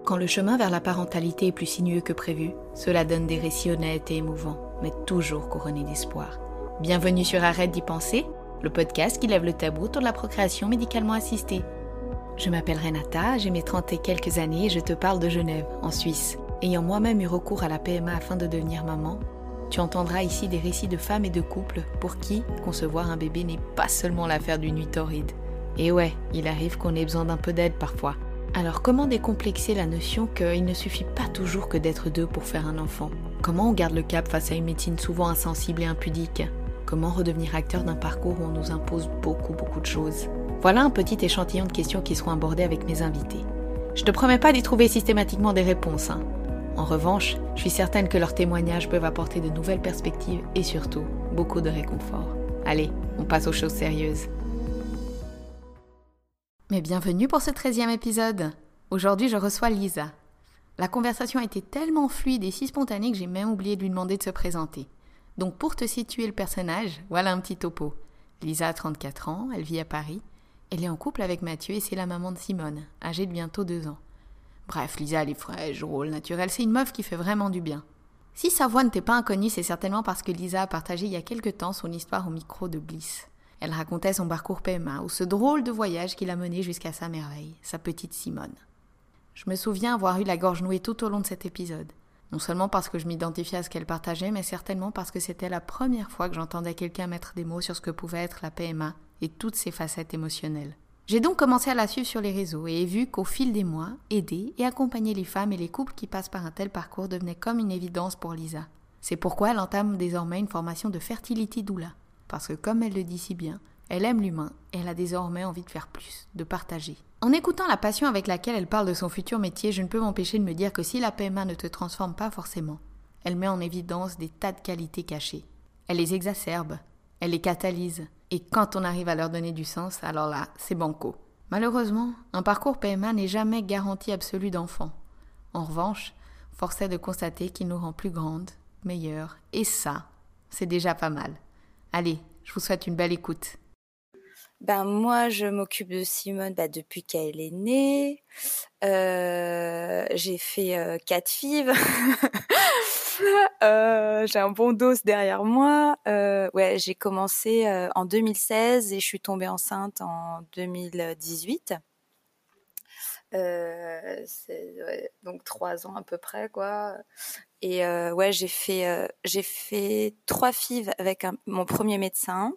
Quand le chemin vers la parentalité est plus sinueux que prévu, cela donne des récits honnêtes et émouvants, mais toujours couronnés d'espoir. Bienvenue sur Arrête d'y penser, le podcast qui lève le tabou autour de la procréation médicalement assistée. Je m'appelle Renata, j'ai mes 30 et quelques années et je te parle de Genève, en Suisse. Ayant moi-même eu recours à la PMA afin de devenir maman, tu entendras ici des récits de femmes et de couples pour qui concevoir un bébé n'est pas seulement l'affaire d'une nuit torride. Et ouais, il arrive qu'on ait besoin d'un peu d'aide parfois. Alors comment décomplexer la notion qu'il ne suffit pas toujours que d'être deux pour faire un enfant ? Comment on garde le cap face à une médecine souvent insensible et impudique ? Comment redevenir acteur d'un parcours où on nous impose beaucoup de choses ? Voilà un petit échantillon de questions qui seront abordées avec mes invités. Je te promets pas d'y trouver systématiquement des réponses. En revanche, je suis certaine que leurs témoignages peuvent apporter de nouvelles perspectives et surtout, beaucoup de réconfort. Allez, on passe aux choses sérieuses. Mais bienvenue pour ce 13e épisode. Aujourd'hui, je reçois Lisa. La conversation a été tellement fluide et si spontanée que j'ai même oublié de lui demander de se présenter. Donc pour te situer le personnage, voilà un petit topo. Lisa a 34 ans, elle vit à Paris. Elle est en couple avec Mathieu et c'est la maman de Simone, âgée de bientôt 2 ans. Bref, Lisa, elle est fraîche, drôle, naturelle, c'est une meuf qui fait vraiment du bien. Si sa voix ne t'est pas inconnue, c'est certainement parce que Lisa a partagé il y a quelques temps son histoire au micro de Bliss. Elle racontait son parcours PMA ou ce drôle de voyage qui l'a menée jusqu'à sa merveille, sa petite Simone. Je me souviens avoir eu la gorge nouée tout au long de cet épisode. Non seulement parce que je m'identifiais à ce qu'elle partageait, mais certainement parce que c'était la première fois que j'entendais quelqu'un mettre des mots sur ce que pouvait être la PMA et toutes ses facettes émotionnelles. J'ai donc commencé à la suivre sur les réseaux et ai vu qu'au fil des mois, aider et accompagner les femmes et les couples qui passent par un tel parcours devenait comme une évidence pour Lisa. C'est pourquoi elle entame désormais une formation de fertility doula. Parce que comme elle le dit si bien, elle aime l'humain et elle a désormais envie de faire plus, de partager. En écoutant la passion avec laquelle elle parle de son futur métier, je ne peux m'empêcher de me dire que si la PMA ne te transforme pas forcément, elle met en évidence des tas de qualités cachées. Elle les exacerbe, elle les catalyse, et quand on arrive à leur donner du sens, alors là, c'est banco. Malheureusement, un parcours PMA n'est jamais garantie absolue d'enfant. En revanche, force est de constater qu'il nous rend plus grandes, meilleures, et ça, c'est déjà pas mal. Allez, je vous souhaite une belle écoute. Moi, je m'occupe de Simone depuis qu'elle est née. J'ai fait 4 FIV. J'ai un bon dos derrière moi. J'ai commencé en 2016 et je suis tombée enceinte en 2018. Donc 3 ans à peu près, quoi. Et j'ai fait 3 FIV avec mon premier médecin.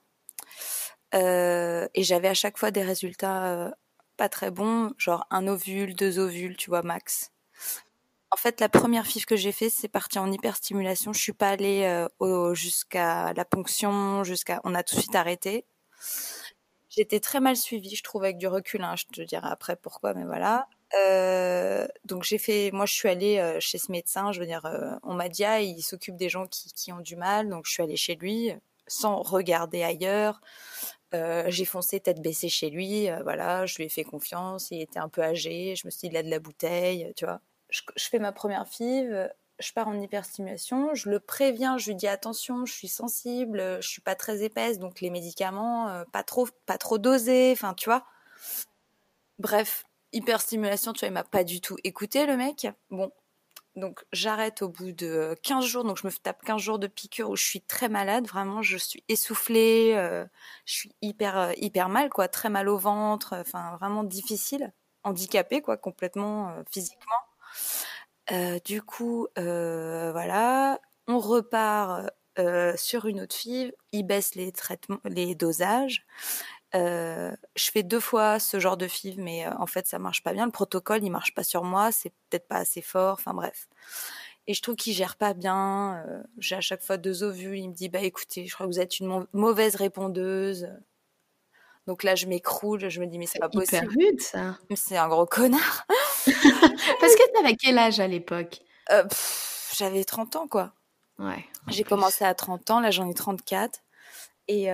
Et j'avais à chaque fois des résultats pas très bons, genre 1 ovule, 2 ovules, tu vois, max. En fait, la première FIV que j'ai fait, c'est parti en hyperstimulation. Je suis pas allée jusqu'à la ponction, on a tout de suite arrêté. J'étais très mal suivie, je trouve, avec du recul. Je te dirai après pourquoi, mais voilà. Donc moi je suis allée chez ce médecin. Je veux dire, on m'a dit il s'occupe des gens qui ont du mal, donc je suis allée chez lui sans regarder ailleurs. J'ai foncé tête baissée chez lui. Voilà, je lui ai fait confiance. Il était un peu âgé. Je me suis dit il a de la bouteille, tu vois. Je fais ma première FIV. Je pars en hyperstimulation, je le préviens, je lui dis attention, je suis sensible, je suis pas très épaisse, donc les médicaments pas trop dosés, enfin tu vois. Bref, hyperstimulation, tu vois, il m'a pas du tout écouté le mec. Bon, donc j'arrête au bout de 15 jours, donc je me tape 15 jours de piqûres où je suis très malade, vraiment, je suis essoufflée, je suis hyper mal, quoi, très mal au ventre, enfin vraiment difficile, handicapée, quoi, complètement physiquement. Du coup, voilà, on repart sur une autre FIV, il baisse les dosages. Je fais 2 fois ce genre de FIV, mais en fait, ça marche pas bien. Le protocole, il marche pas sur moi, c'est peut-être pas assez fort, enfin bref. Et je trouve qu'il gère pas bien. J'ai à chaque fois 2 ovules, il me dit écoutez, je crois que vous êtes une mauvaise répondeuse. Donc là, je m'écroule, je me dis mais c'est pas possible. Hyper rude ça. C'est un gros connard. Parce que t'avais quel âge à l'époque ? J'avais 30 ans, quoi. Ouais. J'ai commencé à 30 ans, là j'en ai 34. Et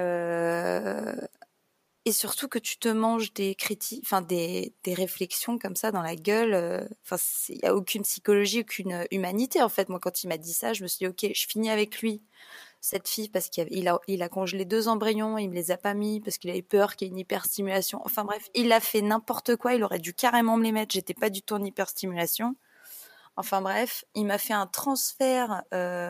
surtout que tu te manges des critiques, enfin des réflexions comme ça dans la gueule. Il y a aucune psychologie, aucune humanité en fait. Moi, quand il m'a dit ça, je me suis dit ok, je finis avec lui cette fille parce qu'il a congelé 2 embryons, il me les a pas mis parce qu'il avait peur qu'il y ait une hyperstimulation. Enfin bref, il a fait n'importe quoi. Il aurait dû carrément me les mettre. J'étais pas du tout en hyperstimulation. Enfin bref, il m'a fait un transfert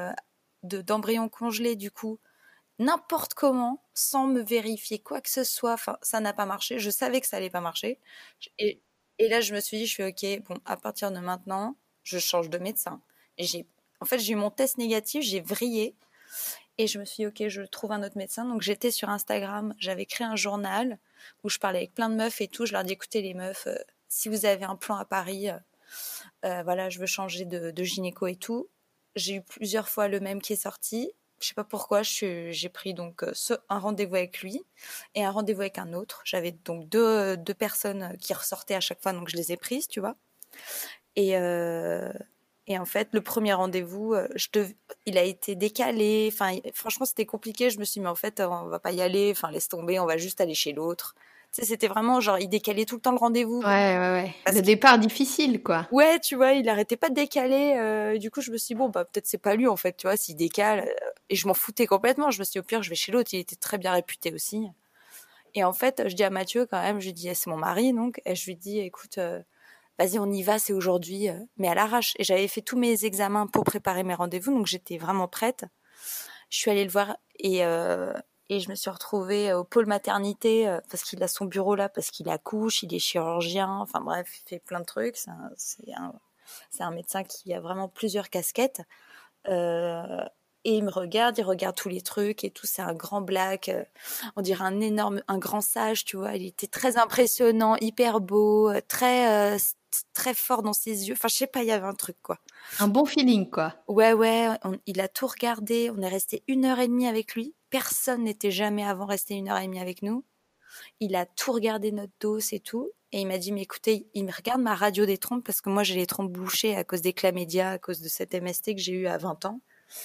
d'embryon congelé du coup, n'importe comment, sans me vérifier quoi que ce soit. Enfin, ça n'a pas marché. Je savais que ça allait pas marcher. Et, et là, je me suis dit, je suis ok. Bon, à partir de maintenant, je change de médecin. Et en fait, j'ai eu mon test négatif, j'ai vrillé. Et je me suis dit, ok, je trouve un autre médecin. Donc, j'étais sur Instagram, j'avais créé un journal où je parlais avec plein de meufs et tout. Je leur dis, écoutez, les meufs, si vous avez un plan à Paris, voilà, je veux changer de gynéco et tout. J'ai eu plusieurs fois le même qui est sorti. Je sais pas pourquoi, j'ai pris donc un rendez-vous avec lui et un rendez-vous avec un autre. J'avais donc deux personnes qui ressortaient à chaque fois, donc je les ai prises, tu vois. Et, euh, et en fait, le premier rendez-vous, il a été décalé. Enfin, franchement, c'était compliqué. Je me suis dit, mais en fait, on va pas y aller. Enfin, laisse tomber, on va juste aller chez l'autre. Tu sais, c'était vraiment genre, il décalait tout le temps le rendez-vous. Ouais. Parce Le que, départ difficile, quoi. ouais, tu vois, il arrêtait pas de décaler. Du coup, je me suis dit, bon, bah, peut-être c'est pas lui, en fait, tu vois, s'il décale. Et je m'en foutais complètement. Je me suis dit, au pire, je vais chez l'autre. Il était très bien réputé aussi. Et en fait, je dis à Mathieu, quand même, je lui dis, c'est mon mari, donc, et je lui dis, écoute, vas-y, on y va, c'est aujourd'hui, mais à l'arrache. Et j'avais fait tous mes examens pour préparer mes rendez-vous, donc j'étais vraiment prête. Je suis allée le voir et je me suis retrouvée au pôle maternité parce qu'il a son bureau là, parce qu'il accouche, il est chirurgien, enfin bref, il fait plein de trucs. C'est un médecin qui a vraiment plusieurs casquettes. Euh, et il regarde tous les trucs et tout. C'est un grand black, on dirait un grand sage, tu vois. Il était très impressionnant, hyper beau, très fort dans ses yeux. Enfin, je sais pas, il y avait un truc, quoi. Un bon feeling, quoi. Ouais, il a tout regardé. On est resté 1 heure et demie avec lui. Personne n'était jamais avant resté 1 heure et demie avec nous. Il a tout regardé notre dos et tout. Et il m'a dit, mais écoutez, il me regarde ma radio des trompes parce que moi, j'ai les trompes bouchées à cause des chlamydia, à cause de cette MST que j'ai eu à 20 ans.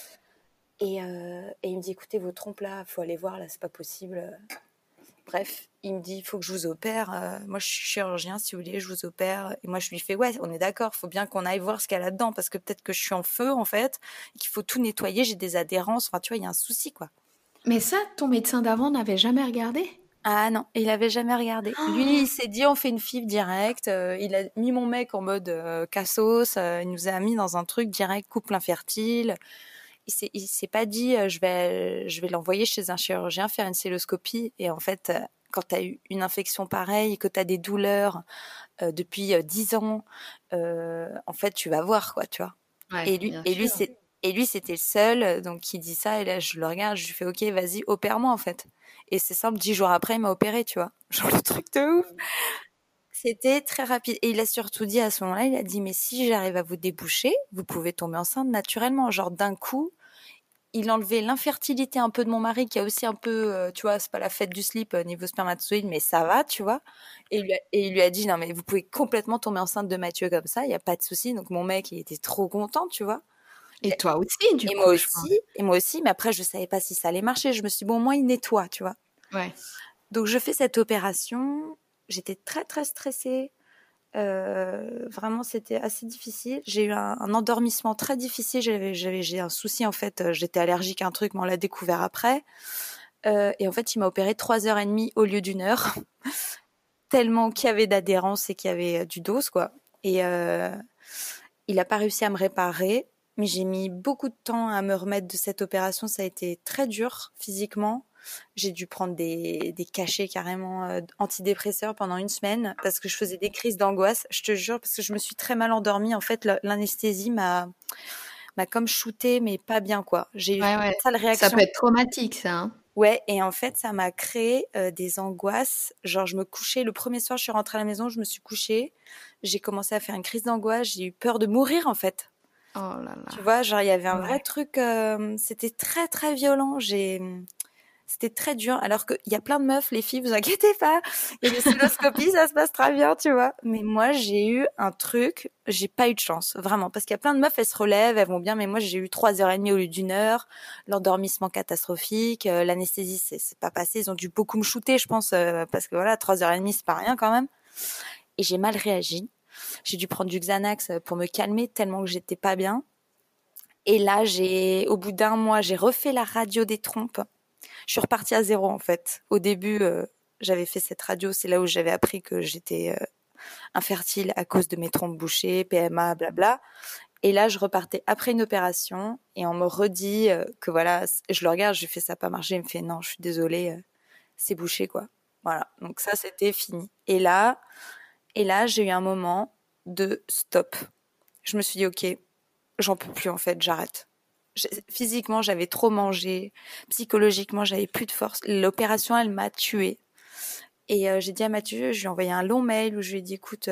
Et il me dit, écoutez, vos trompes là, faut aller voir là, c'est pas possible. Bref, il me dit, il faut que je vous opère. Moi, je suis chirurgien, si vous voulez, je vous opère. Et moi, je lui fais, ouais, on est d'accord, faut bien qu'on aille voir ce qu'il y a là-dedans, parce que peut-être que je suis en feu, en fait, et qu'il faut tout nettoyer, j'ai des adhérences. Enfin, tu vois, il y a un souci, quoi. Mais ça, ton médecin d'avant n'avait jamais regardé? Ah non, il avait jamais regardé. Lui, il s'est dit, on fait une FIV direct. Il a mis mon mec en mode cassos. Il nous a mis dans un truc direct, couple infertile. Il s'est pas dit je vais l'envoyer chez un chirurgien faire une celloscopie et en fait quand tu as eu une infection pareille, que tu as des douleurs depuis 10 ans, en fait tu vas voir quoi, tu vois. Ouais, Et lui bien et lui sûr. c'est et lui c'était le seul donc qui dit ça et là je le regarde, je lui fais OK, vas-y, opère-moi en fait. Et c'est simple, 10 jours après, il m'a opéré, tu vois. Genre le truc de ouf. C'était très rapide. Et il a surtout dit à ce moment-là, il a dit, mais si j'arrive à vous déboucher, vous pouvez tomber enceinte naturellement. Genre d'un coup, il enlevait l'infertilité un peu de mon mari qui a aussi un peu, tu vois, c'est pas la fête du slip niveau spermatozoïde, mais ça va, tu vois. Et il lui a dit, non, mais vous pouvez complètement tomber enceinte de Mathieu comme ça, il n'y a pas de souci. Donc mon mec, il était trop content, tu vois. Et toi aussi, du Et coup, je pense. moi aussi, mais après, je savais pas si ça allait marcher. Je me suis dit, bon, au moins, il nettoie, tu vois. Ouais. Donc je fais cette opération. J'étais très, très stressée. Vraiment, c'était assez difficile. J'ai eu un endormissement très difficile. J'ai un souci en fait. J'étais allergique à un truc, mais on l'a découvert après. Et en fait, il m'a opéré 3 heures et demie au lieu d'1 heure, tellement qu'il y avait d'adhérence et qu'il y avait du dose quoi. Et il a pas réussi à me réparer, mais j'ai mis beaucoup de temps à me remettre de cette opération. Ça a été très dur physiquement. J'ai dû prendre des cachets carrément antidépresseurs pendant 1 semaine parce que je faisais des crises d'angoisse. Je te jure, parce que je me suis très mal endormie. En fait, l'anesthésie m'a comme shooté, mais pas bien quoi. J'ai eu une Ouais. sale Ça réaction. peut être traumatique, ça, hein. Ouais, et en fait, ça m'a créé des angoisses. Genre, je me couchais, le premier soir, je suis rentrée à la maison, je me suis couchée. J'ai commencé à faire une crise d'angoisse. J'ai eu peur de mourir, en fait. Oh là là. Tu vois, genre, il y avait un vrai Ouais. truc, c'était très, très violent. C'était très dur. Alors qu'il y a plein de meufs, les filles, vous inquiétez pas. Il y a des cystoscopies, ça se passe très bien, tu vois. Mais moi, j'ai eu un truc, j'ai pas eu de chance, vraiment. Parce qu'il y a plein de meufs, elles se relèvent, elles vont bien, mais moi, j'ai eu 3 heures et demie au lieu d'1 heure. L'endormissement catastrophique, l'anesthésie, c'est pas passé. Ils ont dû beaucoup me shooter, je pense, parce que voilà, 3 heures et demie, c'est pas rien quand même. Et j'ai mal réagi. J'ai dû prendre du Xanax pour me calmer tellement que j'étais pas bien. Et là, au bout d'1 mois, j'ai refait la radio des trompes. Je suis repartie à zéro en fait. Au début, j'avais fait cette radio, c'est là où j'avais appris que j'étais infertile à cause de mes trompes bouchées, PMA, blabla. Et là, je repartais après une opération et on me redit que voilà, je le regarde, j'ai fait ça n'a pas marché. Il me fait non, je suis désolée, c'est bouché quoi. Voilà, donc ça c'était fini. Et là, j'ai eu un moment de stop. Je me suis dit ok, j'en peux plus en fait, j'arrête. Physiquement, j'avais trop mangé. Psychologiquement, j'avais plus de force. L'opération, elle m'a tuée. Et j'ai dit à Mathieu, je lui ai envoyé un long mail où je lui ai dit, écoute,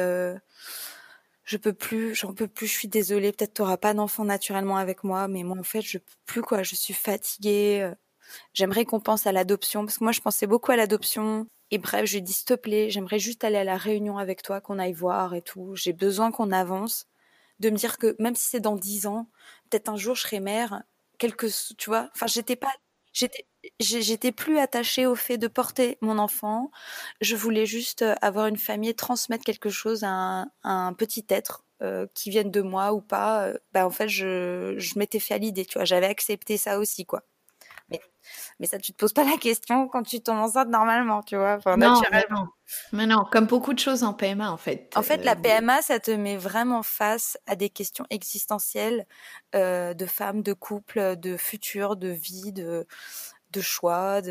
je peux plus, j'en peux plus, je suis désolée, peut-être t'auras pas d'enfant naturellement avec moi, mais moi en fait, je peux plus quoi, je suis fatiguée. J'aimerais qu'on pense à l'adoption, parce que moi je pensais beaucoup à l'adoption. Et bref, je lui ai dit, s'il te plaît, j'aimerais juste aller à la réunion avec toi, qu'on aille voir et tout. J'ai besoin qu'on avance, de me dire que même si c'est dans 10 ans, peut-être un jour je serai mère, tu vois. Enfin, j'étais, j'étais plus attachée au fait de porter mon enfant. Je voulais juste avoir une famille et transmettre quelque chose à un petit être. Qui vienne de moi ou pas, en fait, je m'étais fait à l'idée, tu vois, j'avais accepté ça aussi, quoi. Mais, mais ça, tu te poses pas la question quand tu tombes enceinte normalement, tu vois, enfin, Non, mais naturellement. non. Mais non, comme beaucoup de choses en PMA, en fait. En fait, la PMA, ça te met vraiment face à des questions existentielles de femmes, de couple, de futur, de vie, de choix.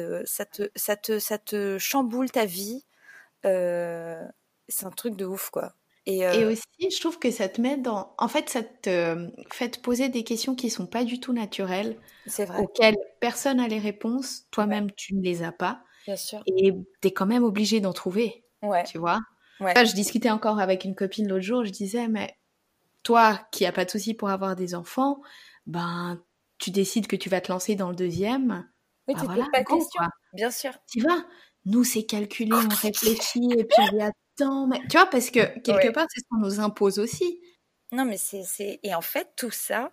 Ça te chamboule ta vie. Euh, c'est un truc de ouf, quoi. Et Et aussi, je trouve que ça te met dans... En fait, ça te fait te poser des questions qui sont pas du tout naturelles, c'est vrai. auxquelles personne n'a les réponses, Ouais, toi-même tu ne les as pas, bien sûr. et t'es quand même obligé d'en trouver, Ouais, tu vois. ouais, Enfin, je discutais encore avec une copine l'autre jour, je disais, mais toi qui n'as pas de souci pour avoir des enfants, ben, tu décides que tu vas te lancer dans le deuxième, oui, ben tu te voilà, poses pas de go, questions, quoi. bien sûr. Tu vas. Nous, c'est calculé, on réfléchit, et puis on dit, attends, mais... Tu vois, parce que quelque Ouais. part, c'est ce qu'on nous impose aussi. Non, mais et en fait, tout ça,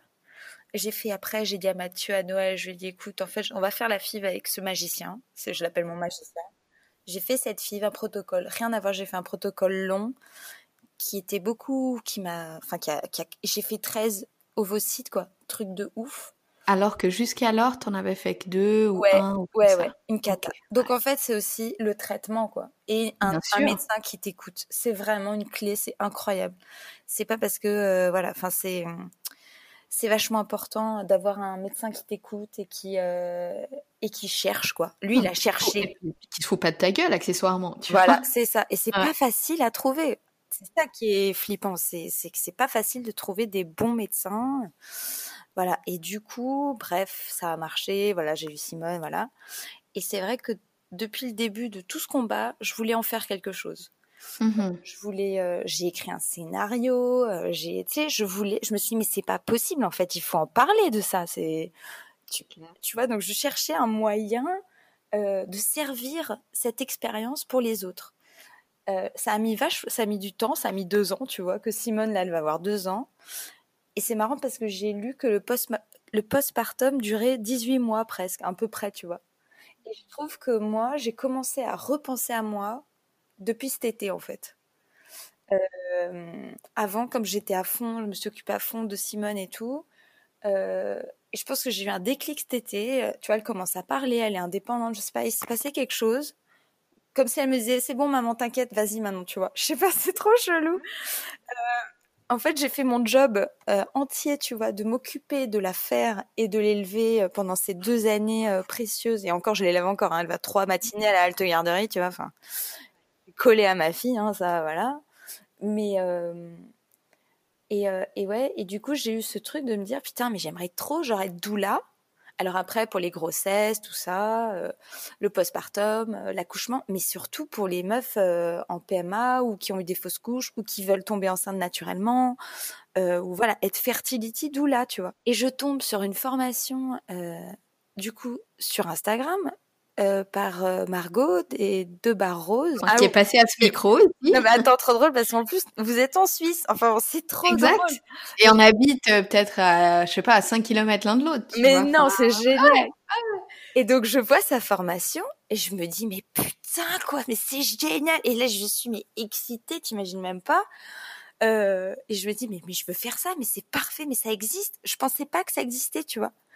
j'ai dit à Mathieu à Noël, je lui ai dit, écoute, en fait, on va faire la FIV avec ce magicien. Je l'appelle mon magicien. J'ai fait cette FIV, un protocole. Rien à voir, j'ai fait un protocole long qui était beaucoup, qui m'a, enfin, j'ai fait 13 ovocytes, quoi. Truc de ouf. Alors que jusqu'alors, t'en avais fait que deux ou Ouais, un ou comme ouais, ouais, ça. une Ok, cata. ouais. Donc en fait, c'est aussi le traitement, quoi. Et Bien un sûr. médecin qui t'écoute. C'est vraiment une clé, c'est incroyable. C'est pas parce que, voilà, enfin, c'est vachement important d'avoir un médecin qui t'écoute et qui cherche, quoi. Lui, il Non, a cherché. et puis qui te fout pas de ta gueule, accessoirement, tu Voilà, vois. c'est ça. Et c'est Ouais. pas facile à trouver. C'est ça qui est flippant, c'est que c'est pas facile de trouver des bons médecins. Voilà. Et du coup, bref, ça a marché. Voilà, j'ai eu Simone, voilà. Et c'est vrai que depuis le début de tout ce combat, je voulais en faire quelque chose. Mhm. J'ai écrit un scénario, tu sais, je me suis dit, mais c'est pas possible, en fait, il faut en parler de ça, tu, tu vois, donc je cherchais un moyen, de servir cette expérience pour les autres. Ça a mis du temps, ça a mis 2 ans, tu vois, que Simone, là, elle va avoir 2 ans. Et c'est marrant parce que j'ai lu que le postpartum durait 18 mois presque, à peu près, tu vois. Et je trouve que moi, j'ai commencé à repenser à moi depuis cet été, en fait. Avant, comme j'étais à fond, je me suis occupée à fond de Simone et tout. Et je pense que j'ai eu un déclic cet été. Tu vois, elle commence à parler, elle est indépendante, je sais pas, il s'est passé quelque chose. Comme si elle me disait, c'est bon, maman, t'inquiète, vas-y maintenant, tu vois. Je sais pas, c'est trop chelou. En fait, j'ai fait mon job entier, tu vois, de m'occuper de la faire et de l'élever pendant ces 2 années précieuses. Et encore, je l'élève encore. Hein, elle va 3 matinées à la halte garderie, tu vois. Enfin, collée à ma fille, hein, ça, voilà. Mais et ouais, et du coup, j'ai eu ce truc de me dire, putain, mais j'aimerais trop, genre, être doula. Alors après, pour les grossesses, tout ça, le postpartum, l'accouchement, mais surtout pour les meufs en PMA ou qui ont eu des fausses couches ou qui veulent tomber enceinte naturellement, ou voilà, être fertility doula, tu vois. Et je tombe sur une formation, du coup, sur Instagram, par Margot et Deux Barres Roses. Qui est passé à ce micro Non aussi. mais attends, trop drôle parce qu'en plus, vous êtes en Suisse. Enfin, c'est trop Exact. drôle. Et on habite peut-être à, je sais pas, à 5 kilomètres l'un de l'autre, tu Mais vois. Enfin, non, c'est génial. Et donc, je vois sa formation et je me dis, mais putain, quoi, mais c'est génial. Et là, je suis mais excitée, t'imagines même pas. Et je me dis, mais je veux faire ça, mais c'est parfait, mais ça existe. Je pensais pas que ça existait, tu vois.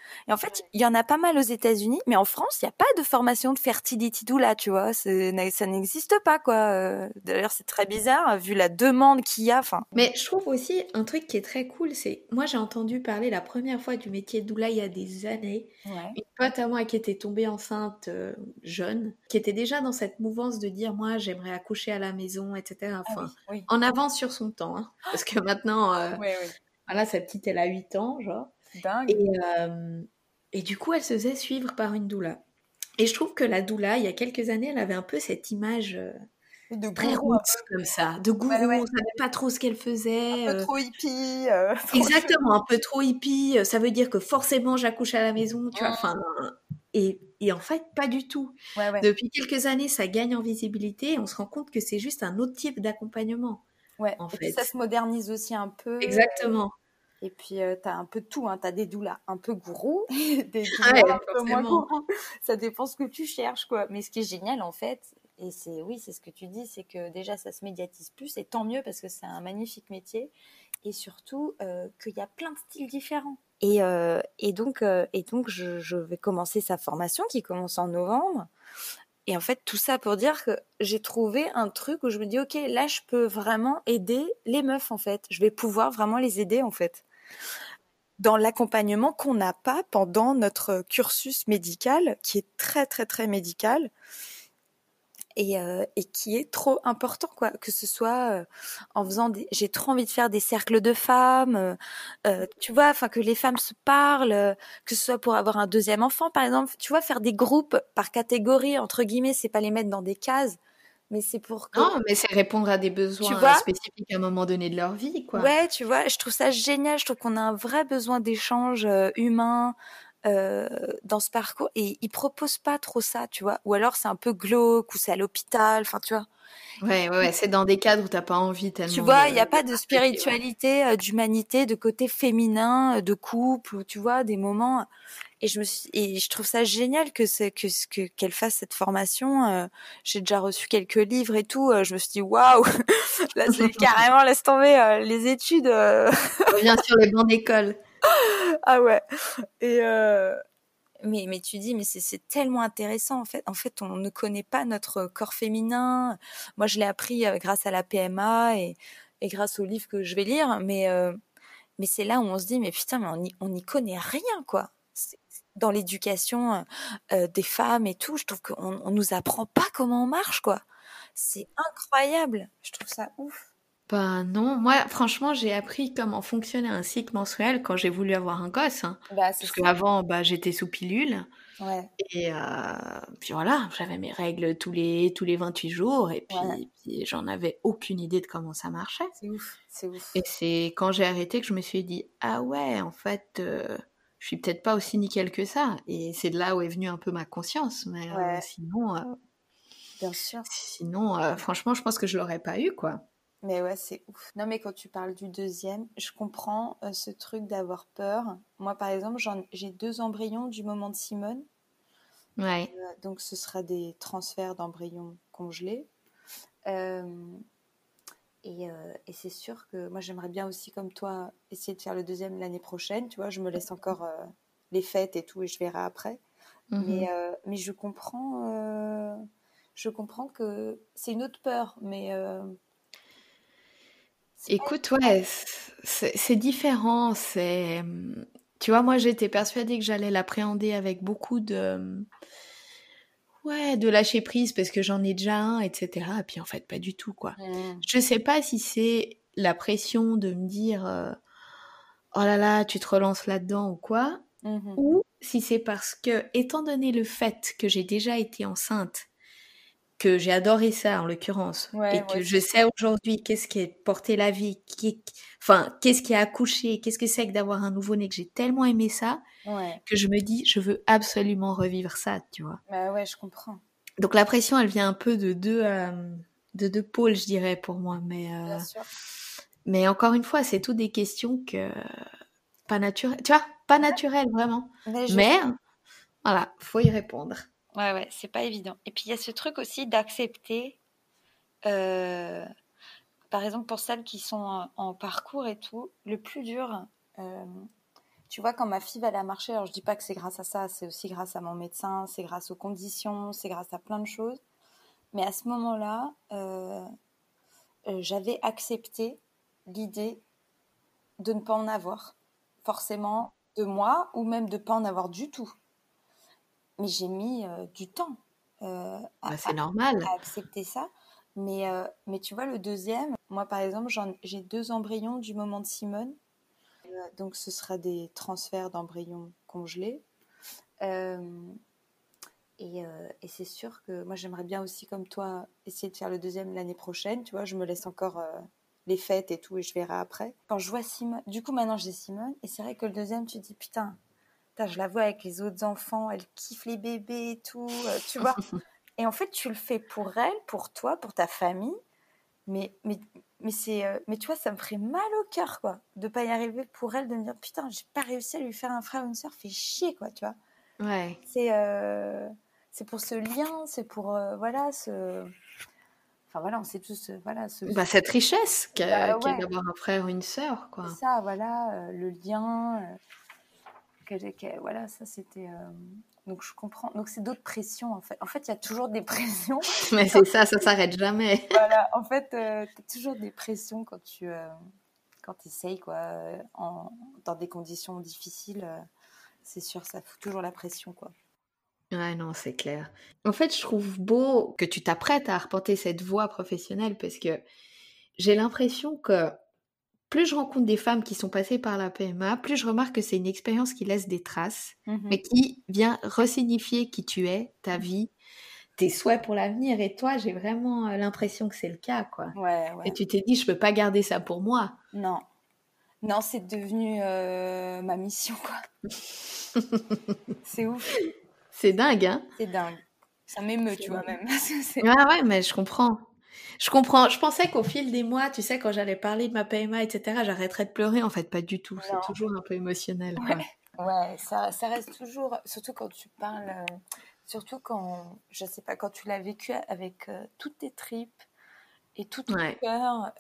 Et en fait, il y en a pas mal aux États-Unis, mais en France, il n'y a pas de formation de fertility doula, tu vois. Ça n'existe pas, quoi. D'ailleurs, c'est très bizarre, vu la demande qu'il y a. Enfin, Mais je trouve aussi un truc qui est très cool, c'est moi j'ai entendu parler la première fois du métier de doula il y a des années. ouais. Une pote à moi qui était tombée enceinte jeune, qui était déjà dans cette mouvance de dire moi j'aimerais accoucher à la maison, etc. Ah Enfin, oui, oui. en avance sur son temps, hein, parce que maintenant, Oui, oui. voilà, sa petite elle a 8 ans, genre. Et, Dingue. euh, et du coup elle se faisait suivre par une doula. Et je trouve que la doula, il y a quelques années, elle avait un peu cette image De très gourou, un roots peu. comme ça, de Ouais, gourou, ouais. on savait pas trop ce qu'elle Un faisait. peu trop hippie, trop chelou. Exactement, un peu trop hippie, ça veut dire que forcément j'accouche à la maison, tu vois, enfin, et en fait, pas du tout. Ouais, ouais. Depuis quelques années, ça gagne en visibilité et on se rend compte que c'est juste un autre type d'accompagnement, Ouais. en Et puis ça fait. se modernise aussi un peu. Exactement. Et puis t'as un peu de tout, hein. T'as des doulas un peu gourous, des doulas Ouais, un peu moins forcément. gourous. Ça dépend ce que tu cherches, quoi. Mais ce qui est génial, en fait, et c'est ce que tu dis, c'est que déjà ça se médiatise plus, et tant mieux parce que c'est un magnifique métier, et surtout qu'il y a plein de styles différents. Et donc je vais commencer sa formation qui commence en novembre. Et en fait, tout ça pour dire que j'ai trouvé un truc où je me dis, ok, là, je peux vraiment aider les meufs, en fait. Je vais pouvoir vraiment les aider, en fait, dans l'accompagnement qu'on n'a pas pendant notre cursus médical, qui est très, très, très médical, et qui est trop important, quoi. Que ce soit en faisant j'ai trop envie de faire des cercles de femmes, tu vois, enfin que les femmes se parlent, que ce soit pour avoir un deuxième enfant, par exemple, tu vois, faire des groupes par catégorie, entre guillemets, c'est pas les mettre dans des cases, mais c'est pour que, Non, mais c'est répondre à des tu besoins vois, spécifiques à un moment donné de leur vie, quoi. ouais, tu vois, je trouve ça génial. Je trouve qu'on a un vrai besoin d'échange humain euh, dans ce parcours. Et ils proposent pas trop ça, tu vois. Ou alors c'est un peu glauque, ou c'est à l'hôpital. Enfin, tu vois. Ouais, ouais, ouais, c'est dans des cadres où t'as pas envie Tu tellement vois, il n'y a de pas de partager, ouais. spiritualité, d'humanité, de côté féminin, de couple, ou tu vois, des moments. Et je trouve ça génial qu'elle fasse cette formation. J'ai déjà reçu quelques livres et tout. Je me suis dit waouh, là c'est carrément laisse tomber les études. On revient sur les bancs d'école. Ah ouais. Et mais tu dis mais c'est tellement intéressant en fait. En fait, on ne connaît pas notre corps féminin. Moi, je l'ai appris grâce à la PMA et grâce aux livres que je vais lire. Mais c'est là où on se dit mais putain, mais on n'y connaît rien quoi. Dans l'éducation des femmes et tout, je trouve qu'on nous apprend pas comment on marche quoi. C'est incroyable. Je trouve ça ouf. Bah non, moi franchement j'ai appris comment fonctionnait un cycle menstruel quand j'ai voulu avoir un gosse, hein. Bah c'est Parce ça. qu'avant bah, j'étais sous pilule Ouais. et puis voilà, j'avais mes règles tous les 28 jours et Ouais. puis j'en avais aucune idée de comment ça marchait. C'est ouf. C'est ouf. Et c'est quand j'ai arrêté que je me suis dit ah ouais en fait je suis peut-être pas aussi nickel que ça et c'est de là où est venue un peu ma conscience mais Ouais. Bien sûr. franchement je pense que je l'aurais pas eu quoi. Mais ouais, c'est ouf. Non, mais quand tu parles du deuxième, je comprends ce truc d'avoir peur. Moi, par exemple, j'ai 2 embryons du moment de Simone. Ouais. Donc, ce sera des transferts d'embryons congelés. Euh, et c'est sûr que moi, j'aimerais bien aussi, comme toi, essayer de faire le deuxième l'année prochaine. Tu vois, je me laisse encore les fêtes et tout, et je verrai après. Mhm. Mais je comprends que c'est une autre peur, mais c'est pas Écoute, ouais, c'est différent. Tu vois, moi, j'étais persuadée que j'allais l'appréhender avec beaucoup ouais, de lâcher prise parce que j'en ai déjà un, etc. Et puis en fait, pas du tout, quoi. évident. Je sais pas si c'est la pression de me dire, oh là là, tu te relances là-dedans ou quoi, Mhm. ou si c'est parce que, étant donné le fait que j'ai déjà été enceinte que j'ai adoré ça en l'occurrence Ouais, et moi que je aussi. sais aujourd'hui qu'est-ce qui est porter la vie, enfin qu'est-ce qui a accouché, qu'est-ce que c'est que d'avoir un nouveau-né, que j'ai tellement aimé ça Ouais. que je me dis je veux absolument revivre ça, tu vois. Bah ouais, je comprends. Donc la pression elle vient un peu de deux pôles je dirais pour moi, Bien sûr. mais encore une fois c'est tout des questions que pas naturelles, tu vois, pas naturelles vraiment, Mais je mais sais. voilà faut y répondre. Ouais, ouais, c'est pas évident. Et puis il y a ce truc aussi d'accepter, euh, par exemple pour celles qui sont en parcours et tout, le plus dur, euh, tu vois, quand ma fille va aller marcher, alors je dis pas que c'est grâce à ça, c'est aussi grâce à mon médecin, c'est grâce aux conditions, c'est grâce à plein de choses. Mais à ce moment-là, j'avais accepté l'idée de ne pas en avoir, forcément de moi, ou même de ne pas en avoir du tout. Mais j'ai mis du temps C'est normal. à accepter ça. Mais tu vois, le deuxième, moi par exemple, j'ai 2 embryons du moment de Simone. Donc ce sera des transferts d'embryons congelés. Euh, et c'est sûr que moi j'aimerais bien aussi, comme toi, essayer de faire le deuxième l'année prochaine. Tu vois, je me laisse encore les fêtes et tout, et je verrai après. Quand je vois Simone, du coup maintenant j'ai Simone, et c'est vrai que le deuxième, tu te dis putain, je la vois avec les autres enfants, elle kiffe les bébés et tout, tu vois. Et en fait, tu le fais pour elle, pour toi, pour ta famille, mais, mais, mais tu vois, ça me ferait mal au cœur, quoi, de pas y arriver pour elle, de me dire putain, j'ai pas réussi à lui faire un frère ou une sœur, fait chier, quoi, tu vois. Ouais. C'est pour ce lien, c'est pour, voilà, enfin voilà, on sait tous, voilà, Cette richesse bah, qu'est ouais, d'avoir un frère ou une sœur, c'est quoi. ça, voilà, le lien, voilà, ça c'était. Donc je comprends. Donc c'est d'autres pressions en fait. En fait, il y a toujours des pressions. Mais c'est ça s'arrête jamais. Voilà, en fait, tu as toujours des pressions quand tu essayes, quoi, dans des conditions difficiles. C'est sûr, ça fout toujours la pression, quoi. Ouais, non, c'est clair. En fait, je trouve beau que tu t'apprêtes à arpenter cette voie professionnelle parce que j'ai l'impression que plus je rencontre des femmes qui sont passées par la PMA, plus je remarque que c'est une expérience qui laisse des traces, Mhm. mais qui vient resignifier qui tu es, ta vie, tes souhaits pour l'avenir. Et toi, j'ai vraiment l'impression que c'est le cas, quoi. Ouais, Et ouais. tu t'es dit, je peux pas garder ça pour moi. Non, non, c'est devenu ma mission, quoi. C'est ouf, C'est dingue, hein? c'est dingue. Ça m'émeut, C'est tu vois, dingue. même. C'est- Ah ouais, mais je comprends. Je comprends. Je pensais qu'au fil des mois, tu sais, quand j'allais parler de ma PMA, etc., j'arrêterais de pleurer. En fait, pas du tout. C'est Non, toujours un peu émotionnel, ouais, quoi. ouais, ça reste toujours, surtout quand tu parles, surtout quand, je sais pas, quand tu l'as vécu avec toutes tes tripes et tout ton Ouais. cœur.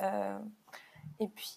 Et puis,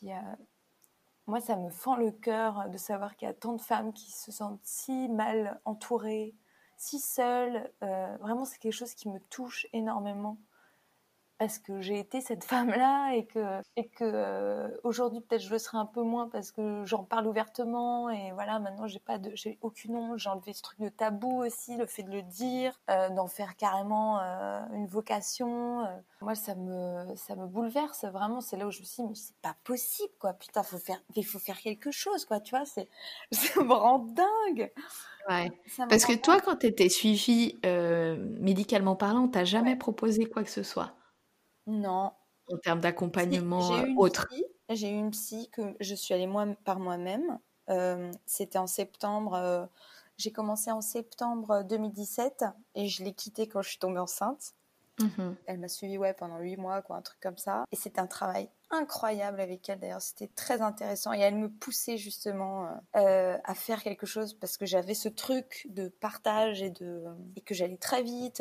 moi, ça me fend le cœur de savoir qu'il y a tant de femmes qui se sentent si mal entourées, si seules. Vraiment, c'est quelque chose qui me touche énormément. Parce que j'ai été cette femme-là et que aujourd'hui peut-être je le serai un peu moins parce que j'en parle ouvertement et voilà, maintenant j'ai aucune honte, j'ai enlevé ce truc de tabou aussi, le fait de le dire, d'en faire carrément une vocation. Moi ça me bouleverse vraiment, c'est là où je me suis dit mais c'est pas possible quoi, putain il faut faire quelque chose quoi, tu vois, ça me rend dingue. Ouais. Ça me Parce que rend toi, quand tu étais suivie médicalement parlant, t'as jamais ouais. proposé quoi que ce soit Non. en termes Si, d'accompagnement autre. j'ai eu une psy que je suis allée par moi-même. C'était en septembre. J'ai commencé en septembre 2017 et je l'ai quittée quand je suis tombée enceinte. Mhm. Elle m'a suivie ouais, pendant 8 mois, quoi, un truc comme ça. Et c'était un travail incroyable avec elle d'ailleurs. C'était très intéressant et elle me poussait justement à faire quelque chose parce que j'avais ce truc de partage et que j'allais très vite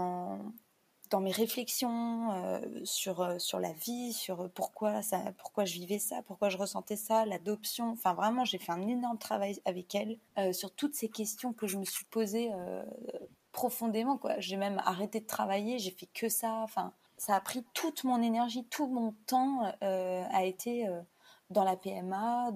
dans mes réflexions sur la vie, sur pourquoi je vivais ça, pourquoi je ressentais ça, l'adoption. Enfin, vraiment, j'ai fait un énorme travail avec elle sur toutes ces questions que je me suis posées profondément, quoi. J'ai même arrêté de travailler, j'ai fait que ça. Enfin, ça a pris toute mon énergie, tout mon temps a été dans la PMA,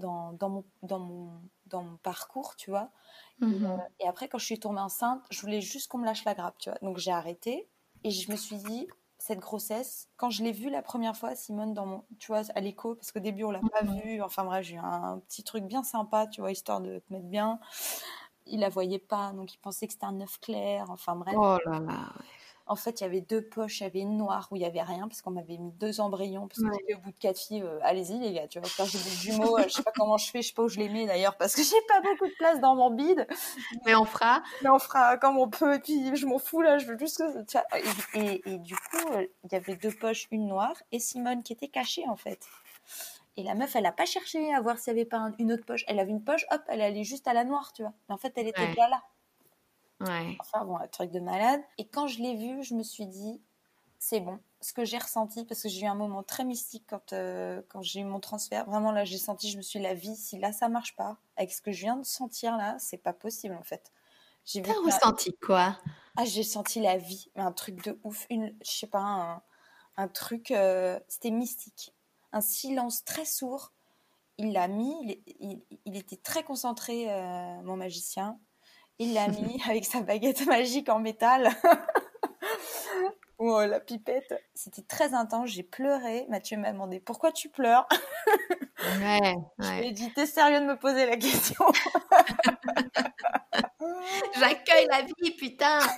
dans mon parcours, tu vois. Mhm. Et après, quand je suis tombée enceinte, je voulais juste qu'on me lâche la grappe, tu vois. Donc j'ai arrêté. Et je me suis dit, cette grossesse, quand je l'ai vue la première fois, Simone, tu vois, à l'écho, parce qu'au début, on l'a pas Mhm. vue. Enfin bref, j'ai eu un petit truc bien sympa, tu vois, histoire de te mettre bien. Il la voyait pas, donc il pensait que c'était un œuf clair. Enfin bref. Oh là là. En fait, il y avait 2 poches. Il y avait une noire où il y avait rien, parce qu'on m'avait mis 2 embryons. Parce que Ouais. j'étais au bout de 4 filles. Allez-y, les gars, tu vois. Quand j'ai des jumeaux, je sais pas comment je fais, je sais pas où je les mets d'ailleurs, parce que j'ai pas beaucoup de place dans mon bide. Mais on fera. Mais on fera comme on peut, et puis je m'en fous là, je veux juste que. Tu vois, et du coup, il y avait 2 poches, une noire, et Simone qui était cachée en fait. Et la meuf, elle a pas cherché à voir s'il y avait pas une autre poche. Elle avait une poche, hop, elle allait juste à la noire, tu vois. Mais en fait, elle était Ouais. déjà là. Ouais. Enfin bon, un truc de malade. Et quand je l'ai vue, je me suis dit, c'est bon. ce que j'ai ressenti, parce que j'ai eu un moment très mystique quand j'ai eu mon transfert. Vraiment, là, j'ai senti, je me suis dit, la vie, si là, ça marche pas, avec ce que je viens de sentir, là, c'est pas possible, en fait. J'ai vu T'as que ressenti quoi? j'ai senti la vie, un truc de ouf, je sais pas, un truc, c'était mystique. Un silence très sourd. Il l'a mis, il était très concentré, mon magicien. Il l'a mis avec sa baguette magique en métal. Ou la pipette. C'était très intense, j'ai pleuré. Mathieu m'a demandé pourquoi tu pleures. Ouais, Je lui ouais. ai dit t'es sérieux de me poser la question? J'accueille la vie, putain!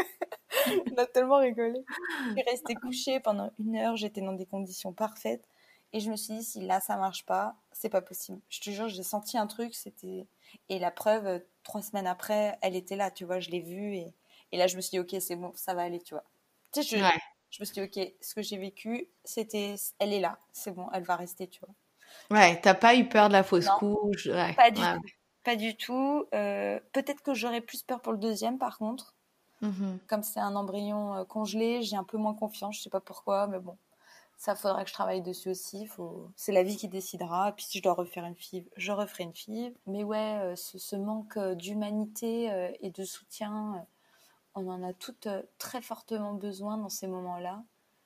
On a tellement rigolé. Je suis restée couchée pendant 1 heure, j'étais dans des conditions parfaites. Et je me suis dit, si là ça marche pas, c'est pas possible. Je te jure, j'ai senti un truc, c'était. Et la preuve, 3 semaines après, elle était là, tu vois, je l'ai vue. Et là, je me suis dit, ok, c'est bon, ça va aller, tu vois. Tu sais, Ouais. je me suis dit, ok, ce que j'ai vécu, elle est là, c'est bon, elle va rester, tu vois. Ouais, t'as pas eu peur de la fausse Non, couche? Ouais, pas du ouais. tout. Pas du tout. Peut-être que j'aurais plus peur pour le deuxième, par contre. Mhm. Comme c'est un embryon congelé, j'ai un peu moins confiance, je sais pas pourquoi, mais bon. Ça, faudra que je travaille dessus aussi. C'est la vie qui décidera. Puis si je dois refaire une FIV, je referai une FIV. Mais ouais, ce manque d'humanité et de soutien, on en a toutes très fortement besoin dans ces moments-là.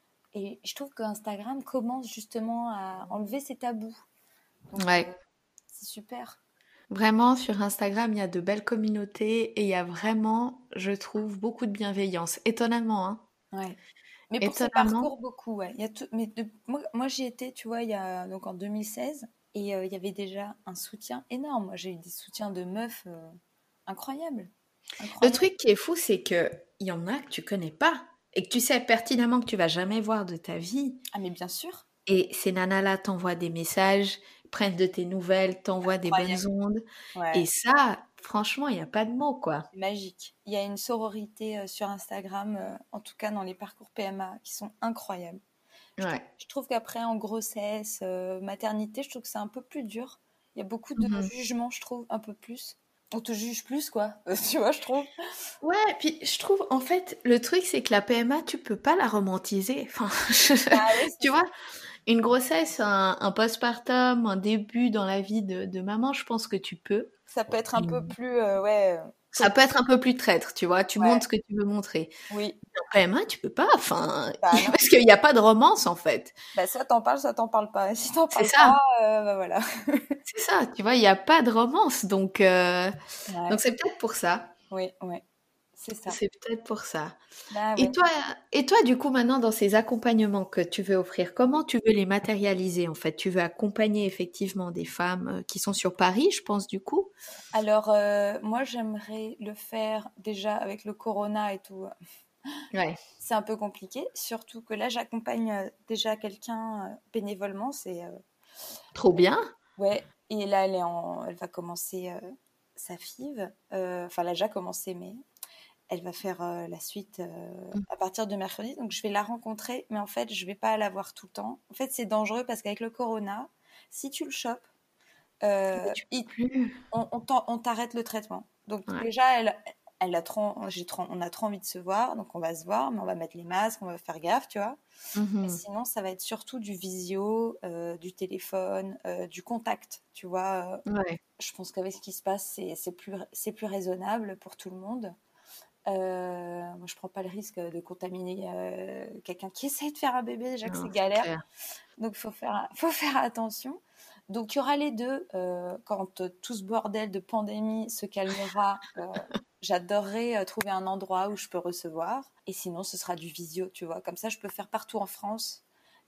Et je trouve qu'Instagram commence justement à enlever ces tabous. Donc Ouais. c'est super. Vraiment, sur Instagram, il y a de belles communautés et il y a vraiment, je trouve, beaucoup de bienveillance. Étonnamment, hein. Ouais. Mais pour ces Étonnamment. parcours, beaucoup, ouais. Il y a mais moi j'y étais, tu vois, il y a donc en 2016, et il y avait déjà un soutien énorme. Moi, j'ai eu des soutiens de meufs incroyables, Le incroyables. truc qui est fou, c'est que il y en a que tu connais pas et que tu sais pertinemment que tu vas jamais voir de ta vie. Ah, mais bien sûr, Et ces nanas-là t'envoient des messages, prennent de tes nouvelles, t'envoient des bonnes incroyable. ondes. Et Ouais, ça, franchement, il n'y a pas de mots, quoi. c'est magique. Il y a une sororité sur Instagram, en tout cas dans les parcours PMA, qui sont incroyables. Ouais. Je trouve qu'après, en grossesse, maternité, je trouve que c'est un peu plus dur. Il y a beaucoup de Mhm. jugement, je trouve, un peu plus. On te juge plus, quoi. Tu vois, je trouve. Ouais, puis je trouve, en fait, le truc, c'est que la PMA, tu peux pas la romantiser. Enfin, Bah oui, c'est tu ça. vois, une grossesse, un postpartum, un début dans la vie de maman, je pense que tu peux. Ça peut être un peu Mm. plus, ouais, Ça peut être un peu plus traître, tu vois. Tu montres ouais, ce que tu veux montrer. oui. En PMA, tu peux pas. Enfin, Bah non. parce qu'il n'y a pas de romance, en fait. Bah soit t'en parles pas. Et si t'en C'est parles ça. pas, bah voilà. C'est ça, tu vois, il n'y a pas de romance. Donc Ouais, c'est peut-être pour ça. oui, ouais. C'est ça. C'est peut-être pour ça. Bah Et ouais. toi, et toi, du coup, maintenant, dans ces accompagnements que tu veux offrir, comment tu veux les matérialiser, en fait? Tu veux accompagner effectivement des femmes qui sont sur Paris, je pense, du coup? Alors, moi, j'aimerais le faire déjà avec le corona et tout. Ouais. C'est un peu compliqué, surtout que là, j'accompagne déjà quelqu'un bénévolement. Trop bien. Ouais. Et là, elle va commencer sa FIV. Enfin, elle a déjà commencé, mais elle va faire la suite à partir de mercredi. Donc, je vais la rencontrer, mais en fait, je vais pas la voir tout le temps. En fait, c'est dangereux parce qu'avec le corona, si tu le chopes, Mais euh, tu peux il- plus. on t'arrête le traitement. Donc, Ouais. déjà, on a trop envie de se voir, donc on va se voir, mais on va mettre les masques, on va faire gaffe, tu vois. Mais Mhm. sinon, ça va être surtout du visio, du téléphone, du contact, tu vois. Ouais. Je pense qu'avec ce qui se passe, c'est plus raisonnable pour tout le monde. Moi, je prends pas le risque de contaminer quelqu'un qui essaie de faire un bébé, déjà que Non, c'est c'est galère. clair. Donc, faut faire attention. Donc, il y aura les deux. Quand tout ce bordel de pandémie se calmera, j'adorerais trouver un endroit où je peux recevoir. Et sinon, ce sera du visio, tu vois. Comme ça, je peux faire partout en France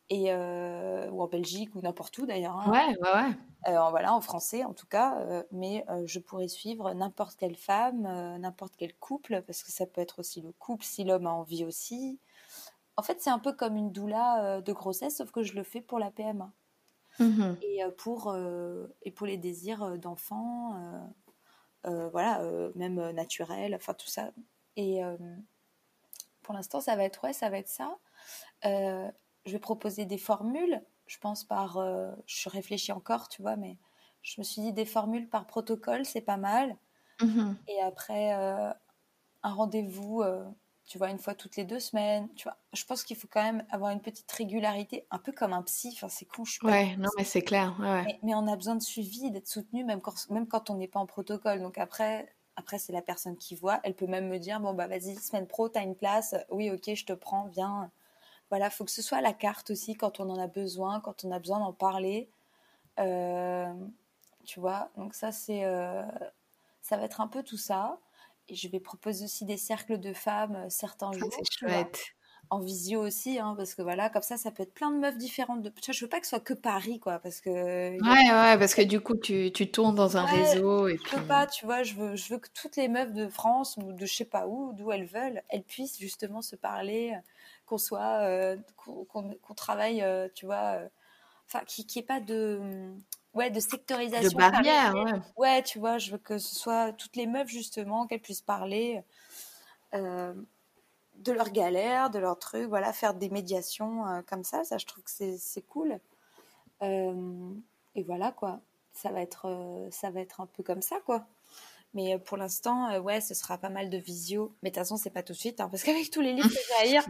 ou en Belgique ou n'importe où d'ailleurs, hein. Ouais, ouais, ouais. Voilà, en français en tout cas, mais je pourrais suivre n'importe quelle femme, n'importe quel couple, parce que ça peut être aussi le couple si l'homme a envie aussi. En fait, c'est un peu comme une doula de grossesse, sauf que je le fais pour la PMA Mhm. et pour les désirs d'enfants, voilà, même naturels, enfin tout ça. Et pour l'instant, ça va être ça. Euh, je vais proposer des formules, je pense je réfléchis encore, tu vois, mais je me suis dit des formules par protocole, c'est pas mal. Mhm. Et après, un rendez-vous. tu vois, une fois toutes les 2 semaines, tu vois. Je pense qu'il faut quand même avoir une petite régularité, un peu comme un psy. Enfin, c'est con, je suis pas du Ouais, non, mais c'est clair. Ouais, ouais. mais on a besoin de suivi, d'être soutenu, même quand on n'est pas en protocole. Donc après c'est la personne qui voit. Elle peut même me dire, bon, bah vas-y, semaine pro, t'as une place. Oui, ok, je te prends, viens. Voilà, faut que ce soit à la carte aussi quand on en a besoin, quand on a besoin d'en parler. Euh, Tu vois, donc ça va être un peu tout ça. Et je vais proposer aussi des cercles de femmes certains Ça, c'est jours, tu vois, chouette. en visio aussi, hein, parce que voilà, comme ça peut être plein de meufs différentes. Tu vois, je veux pas que ce soit que Paris, quoi, parce que Ouais, ouais, parce que du coup, tu tournes dans un ouais, réseau et je peux puis... pas, tu vois, je veux que toutes les meufs de France ou de je sais pas où, d'où elles veulent, elles puissent justement se parler, qu'on travaille, tu vois, enfin, qu'il n'y ait pas de De sectorisation barrière, parisienne. ouais. Ouais, tu vois, je veux que ce soit toutes les meufs justement, qu'elles puissent parler euh, de leurs galères, de leurs trucs, voilà, faire des médiations comme ça, je trouve que c'est cool. Euh, et voilà quoi, ça va être un peu comme ça quoi. Mais pour l'instant, ouais, ce sera pas mal de visio. Mais de toute façon, c'est pas tout de suite, hein, parce qu'avec tous les livres que j'ai à lire,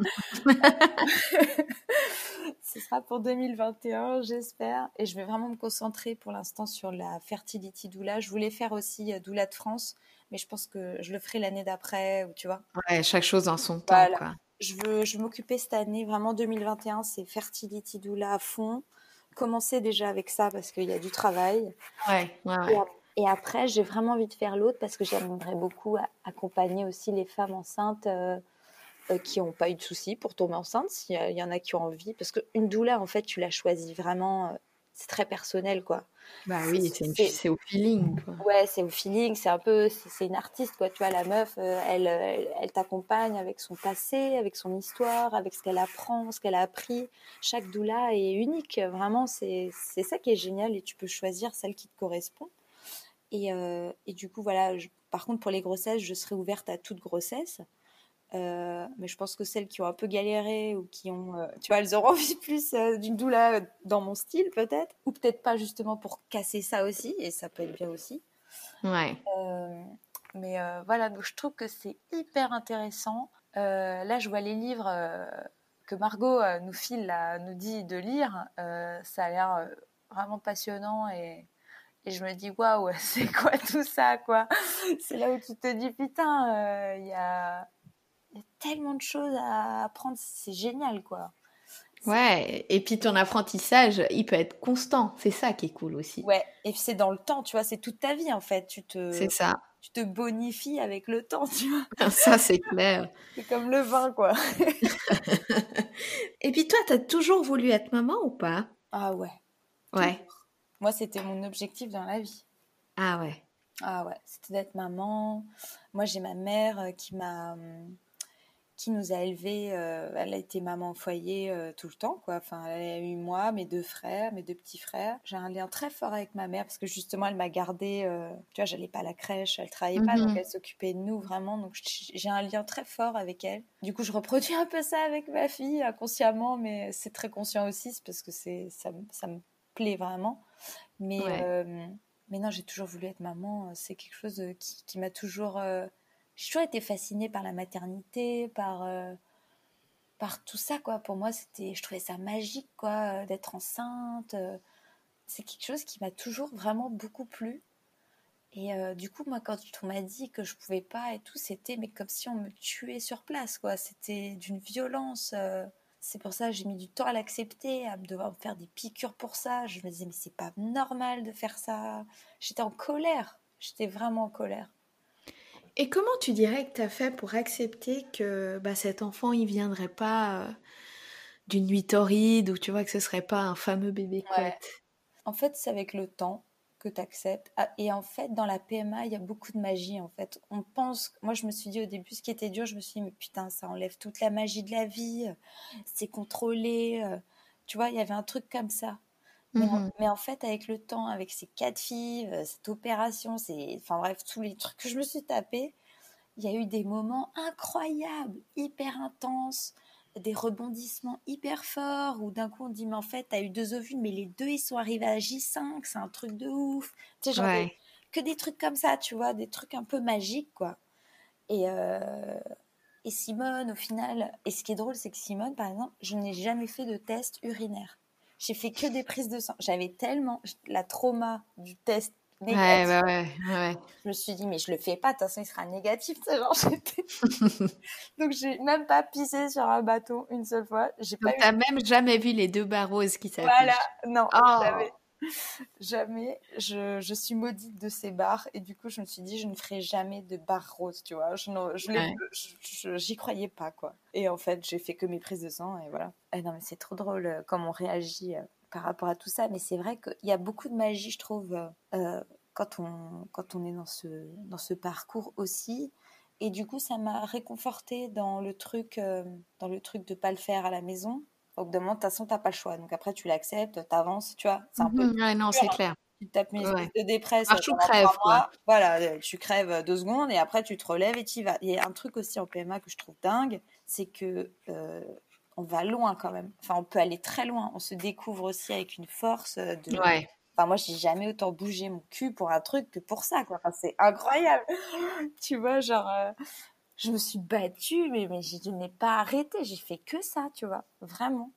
ce sera pour 2021, j'espère. Et je vais vraiment me concentrer pour l'instant sur la fertility doula. Je voulais faire aussi doula de France, mais je pense que je le ferai l'année d'après, ou tu vois. Ouais, chaque chose en son temps, Voilà. quoi. Je veux m'occuper cette année, vraiment 2021, c'est fertility doula à fond. Commencer déjà avec ça parce qu'il y a du travail. Ouais, ouais, Et, ouais. et après, j'ai vraiment envie de faire l'autre parce que j'aimerais beaucoup accompagner aussi les femmes enceintes qui n'ont pas eu de soucis pour tomber enceinte, s'il y en a qui ont envie. Parce qu'une doula, en fait, tu la choisis vraiment, c'est très personnel, quoi. Bah C'est, oui, c'est- c'est au feeling, quoi. ouais, c'est au feeling, c'est une artiste, quoi. Tu vois, la meuf, elle t'accompagne avec son passé, avec son histoire, avec ce qu'elle apprend, ce qu'elle a appris. Chaque doula est unique, vraiment, c'est ça qui est génial et tu peux choisir celle qui te correspond. Et du coup, voilà, par contre, pour les grossesses, je serai ouverte à toute grossesse. Mais je pense que celles qui ont un peu galéré ou qui ont, tu vois, elles auront envie plus d'une doula dans mon style peut-être, ou peut-être pas justement pour casser ça aussi, et ça peut être bien aussi. Ouais. Euh, mais voilà, donc je trouve que c'est hyper intéressant. Là, je vois les livres que Margot nous file, là, nous dit de lire. Ça a l'air vraiment passionnant et je me dis waouh, c'est quoi tout ça, quoi. C'est là où tu te dis putain, il y a tellement de choses à apprendre, c'est génial, quoi. C'est- Ouais, et puis ton apprentissage, il peut être constant. C'est ça qui est cool aussi. Ouais, et puis c'est dans le temps, tu vois, c'est toute ta vie en fait. Tu te, C'est ça. tu te bonifies avec le temps, tu vois. Ça, c'est clair. C'est comme le vin, quoi. Et puis toi, t'as toujours voulu être maman ou pas? Ah ouais, tout. Ouais. Moi, c'était mon objectif dans la vie. Ah ouais. Ah ouais, c'était d'être maman. Moi, j'ai ma mère qui nous a élevés. Elle a été maman au foyer tout le temps, quoi. Enfin, elle a eu moi, mes 2 frères, mes 2 petits frères. J'ai un lien très fort avec ma mère parce que justement, elle m'a gardée. Tu vois, j'allais pas à la crèche, elle travaillait pas, donc Mhm. elle s'occupait de nous vraiment. Donc j'ai un lien très fort avec elle. Du coup, je reproduis un peu ça avec ma fille inconsciemment, mais c'est très conscient aussi, c'est parce que ça me plaît vraiment. Mais, Ouais. euh, mais non, j'ai toujours voulu être maman. C'est quelque chose qui m'a toujours. J'ai toujours été fascinée par la maternité, par tout ça, quoi. Pour moi, je trouvais ça magique, quoi, d'être enceinte. C'est quelque chose qui m'a toujours vraiment beaucoup plu. Et du coup, moi, quand on m'a dit que je pouvais pas et tout, c'était mais comme si on me tuait sur place, quoi. C'était d'une violence. C'est pour ça que j'ai mis du temps à l'accepter, à me devoir me faire des piqûres pour ça. Je me disais, mais c'est pas normal de faire ça. J'étais en colère. J'étais vraiment en colère. Et comment tu dirais que tu as fait pour accepter que bah, cet enfant, il viendrait pas d'une nuit torride ou tu vois que ce serait pas un fameux bébé Ouais. couette? En fait, c'est avec le temps que tu acceptes. Ah, et en fait, dans la PMA, il y a beaucoup de magie, en fait. On pense... Moi, je me suis dit au début, ce qui était dur, je me suis dit, mais putain, ça enlève toute la magie de la vie. C'est contrôlé. Tu vois, il y avait un truc comme ça. Mhm. Mais en fait, avec le temps, avec ces 4 filles, cette opération, enfin bref, tous les trucs que je me suis tapé, il y a eu des moments incroyables, hyper intenses, des rebondissements hyper forts, où d'un coup on dit, mais en fait, t'as eu 2 ovules, mais les deux, ils sont arrivés à J5, c'est un truc de ouf. Tu sais, genre Ouais. que des trucs comme ça, tu vois, des trucs un peu magiques, quoi. Et, euh, Et Simone, au final, et ce qui est drôle, c'est que Simone, par exemple, je n'ai jamais fait de test urinaire. J'ai fait que des prises de sang. J'avais tellement la trauma du test Ouais, négatif. ouais, ouais, ouais. Je me suis dit, mais je le fais pas, de toute façon, il sera négatif. Genre, donc, j'ai même pas pissé sur un bâton une seule fois. J'ai pas Donc, eu. t'as même jamais vu les 2 barres roses qui Voilà, s'affichent. non, Oh! jamais. Jamais. Je suis maudite de ces barres. Et du coup, je me suis dit, je ne ferai jamais de barres roses, tu vois. Ouais. J'y croyais pas, quoi. Et en fait, j'ai fait que mes prises de sang et voilà. Non, mais c'est trop drôle comme on réagit par rapport à tout ça. Mais c'est vrai qu'il y a beaucoup de magie, je trouve, quand on est dans ce parcours aussi. Et du coup, ça m'a réconfortée dans le truc de pas le faire à la maison. Au bout d'un moment, de toute façon, t'as pas le choix. Donc après, tu l'acceptes, t'avances, tu vois. C'est un peu Ouais, non, dur, c'est hein. clair. Tu te tapes une espèce Ouais. de dépresse Marche ou pendant 3 crève, quoi. mois. Voilà, tu crèves 2 secondes et après, tu te relèves et tu y vas. Il y a un truc aussi en PMA que je trouve dingue, c'est que on va loin quand même. Enfin, on peut aller très loin. On se découvre aussi avec une force de... Ouais. Enfin, moi, j'ai jamais autant bougé mon cul pour un truc que pour ça, quoi. Enfin, c'est incroyable. Tu vois, genre... je me suis battue, mais je n'ai pas arrêté. J'ai fait que ça, tu vois. Vraiment.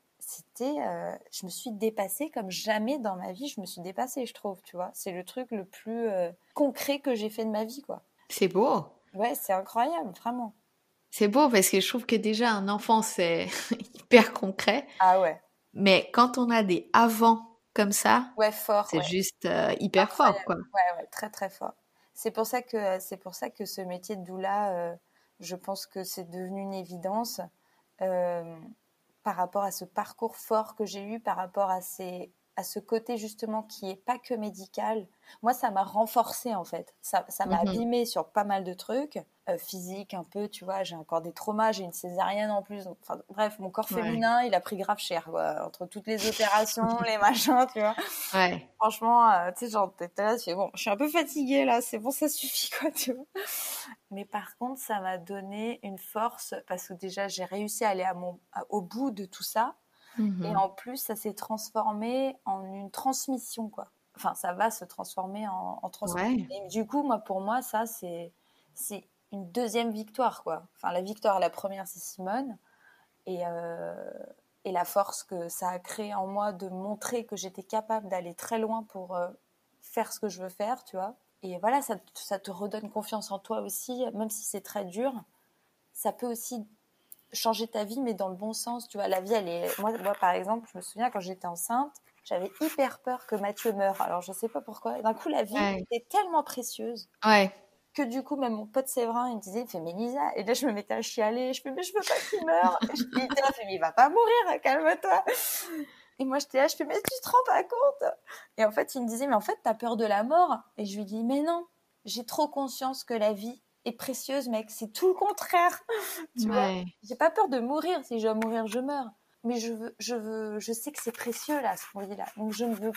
Je me suis dépassée comme jamais dans ma vie. Je me suis dépassée, je trouve, tu vois. C'est le truc le plus concret que j'ai fait de ma vie, quoi. C'est beau. Ouais, c'est incroyable, vraiment. C'est beau parce que je trouve que déjà un enfant, c'est hyper concret. Ah ouais. Mais quand on a des avant comme ça, Ouais, fort, c'est ouais. juste hyper fort, Incroyable. quoi. Ouais, ouais, très, très fort. C'est pour ça que ce métier de doula, je pense que c'est devenu une évidence. Euh, Par rapport à ce parcours fort que j'ai eu, par rapport à ce côté justement qui est pas que médical. Moi, ça m'a renforcé en fait. Ça m'a Mhm. abîmé sur pas mal de trucs, physiques un peu, tu vois. J'ai encore des traumas, j'ai une césarienne en plus. Donc, enfin, bref, mon corps Ouais. féminin, il a pris grave cher, quoi. Entre toutes les opérations, les machins, tu vois. Ouais. Franchement, tu sais, genre, t'es là, tu fais, bon, je suis un peu fatiguée là, c'est bon, ça suffit, quoi, tu vois. Mais par contre, ça m'a donné une force parce que déjà, j'ai réussi à aller au bout de tout ça. Et Mhm. en plus, ça s'est transformé en une transmission, quoi. Enfin, ça va se transformer en transmission. Ouais. Et du coup, pour moi, ça, c'est une deuxième victoire, quoi. Enfin, la victoire, la première, c'est Simone. Et, euh, et la force que ça a créé en moi de montrer que j'étais capable d'aller très loin pour faire ce que je veux faire, tu vois. Et voilà, ça te redonne confiance en toi aussi, même si c'est très dur. Ça peut aussi changer ta vie, mais dans le bon sens, tu vois. La vie, elle est... Moi, par exemple, je me souviens, quand j'étais enceinte, j'avais hyper peur que Mathieu meure. Alors, je sais pas pourquoi. D'un coup, la vie Ouais. était tellement précieuse Ouais. que du coup, même mon pote Séverin, il me disait, il fait, mais Lisa, et là, je me mettais à chialer, je fais, mais je veux pas qu'il meure. Et il était là, il fait, mais il va pas mourir, calme-toi. Et moi, j'étais là, je fais, mais tu te rends pas compte? Et en fait, il me disait, mais en fait, t'as peur de la mort. Et je lui dis, mais non, j'ai trop conscience que la vie est précieuse, mec, c'est tout le contraire. Tu vois, Ouais. j'ai pas peur de mourir. Si je dois mourir, je meurs. Mais je sais que c'est précieux, là, ce qu'on vit là. Donc,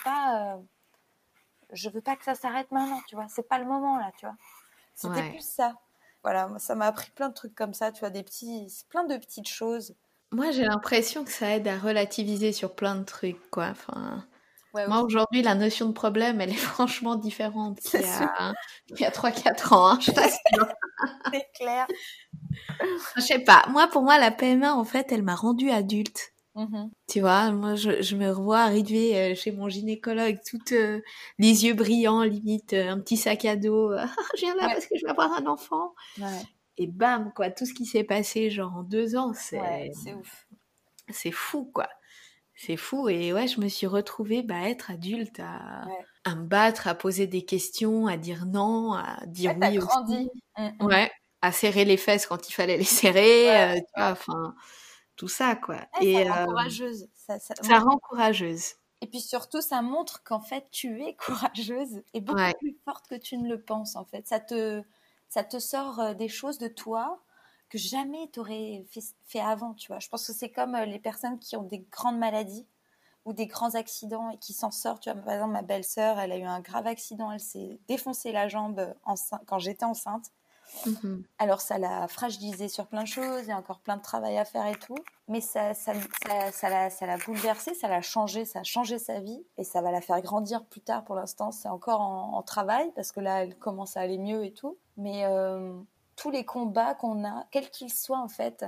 je veux pas que ça s'arrête maintenant, tu vois. C'est pas le moment, là, tu vois. C'était Ouais. plus ça. Voilà, moi, ça m'a appris plein de trucs comme ça, tu vois, plein de petites choses. Moi, j'ai l'impression que ça aide à relativiser sur plein de trucs, quoi. Enfin, Ouais, moi, aussi, aujourd'hui, la notion de problème, elle est franchement différente c'est sûr, qu'il y a 3-4 ans, hein, je t'assure. c'est clair. Je sais pas. Moi, pour moi, la PMA, en fait, elle m'a rendue adulte. Mhm. Tu vois, moi, je me revois arriver chez mon gynécologue, toute les yeux brillants, limite un petit sac à dos. Ah, je viens là Ouais, parce que je vais avoir un enfant. ouais, Et bam, quoi, tout ce qui s'est passé, genre en 2 ans, ouais, c'est ouf. c'est fou, quoi. C'est fou. Et ouais, je me suis retrouvée, bah, être adulte, Ouais, à me battre, à poser des questions, à dire non, à ouais, dire t'as oui grandi. aussi. Mhm. Ouais, à serrer les fesses quand il fallait les Ouais, serrer, tu vois, ouais. enfin, tout ça, quoi. Ouais, ça Et rend courageuse. ça rend courageuse. Et puis surtout, ça montre qu'en fait, tu es courageuse et beaucoup Ouais. plus forte que tu ne le penses, en fait. Ça te sort des choses de toi que jamais tu aurais fait avant, tu vois. Je pense que c'est comme les personnes qui ont des grandes maladies ou des grands accidents et qui s'en sortent. Tu vois, par exemple, ma belle-sœur, elle a eu un grave accident. Elle s'est défoncé la jambe quand j'étais enceinte. Mhm. Alors, ça l'a fragilisée sur plein de choses, il y a encore plein de travail à faire et tout. Mais ça l'a bouleversée, ça l'a changé, ça a changé sa vie et ça va la faire grandir plus tard. Pour l'instant, c'est encore en travail parce que là, elle commence à aller mieux et tout. Mais tous les combats qu'on a, quels qu'ils soient en fait,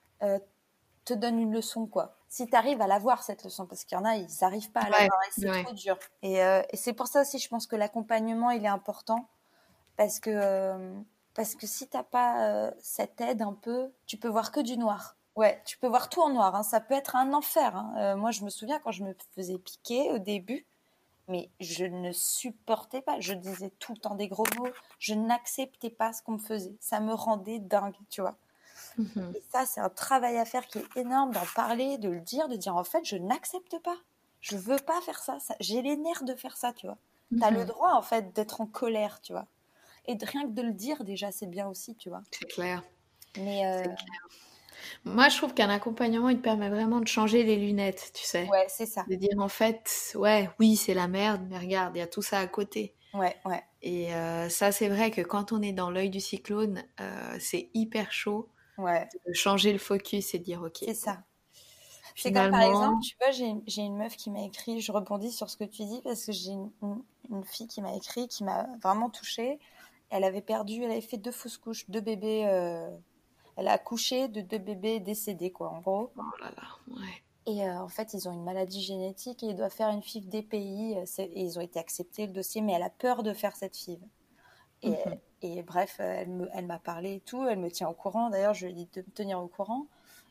te donnent une leçon, quoi. Si tu arrives à la voir, cette leçon, parce qu'il y en a, ils n'arrivent pas à la voir et c'est trop dur. Et c'est pour ça aussi, je pense que l'accompagnement, il est important parce que si tu n'as pas cette aide un peu, tu peux voir que du noir. Ouais, tu peux voir tout en noir, hein. Ça peut être un enfer, hein. Moi, je me souviens quand je me faisais piquer au début, mais je ne supportais pas. Je disais tout le temps des gros mots. Je n'acceptais pas ce qu'on me faisait. Ça me rendait dingue, tu vois. Et ça, c'est un travail à faire qui est énorme, d'en parler, de le dire, de dire en fait, je n'accepte pas. Je veux pas faire ça. J'ai les nerfs de faire ça, tu vois. T'as le droit, en fait, d'être en colère, tu vois. Et rien que de le dire, déjà, c'est bien aussi, tu vois. C'est clair. Mais C'est clair. Moi, je trouve qu'un accompagnement, il te permet vraiment de changer les lunettes, tu sais. ouais, c'est ça. De dire en fait, ouais, oui, c'est la merde, mais regarde, il y a tout ça à côté. Ouais, ouais. Et ça, c'est vrai que quand on est dans l'œil du cyclone, c'est hyper chaud Ouais, de changer le focus et de dire, ok, c'est ça. C'est comme par exemple, finalement, tu vois, j'ai une meuf qui m'a écrit, je rebondis sur ce que tu dis parce que j'ai une fille qui m'a écrit, qui m'a vraiment touchée. Elle avait fait 2 fausses couches, 2 bébés. Elle a accouché de 2 bébés décédés, quoi, en gros. oh là là, ouais. Et en fait, ils ont une maladie génétique et ils doivent faire une FIV DPI. Et ils ont été acceptés le dossier, mais elle a peur de faire cette FIV. Et, et bref, elle m'a parlé et tout. Elle me tient au courant. D'ailleurs, je lui ai dit de me tenir au courant.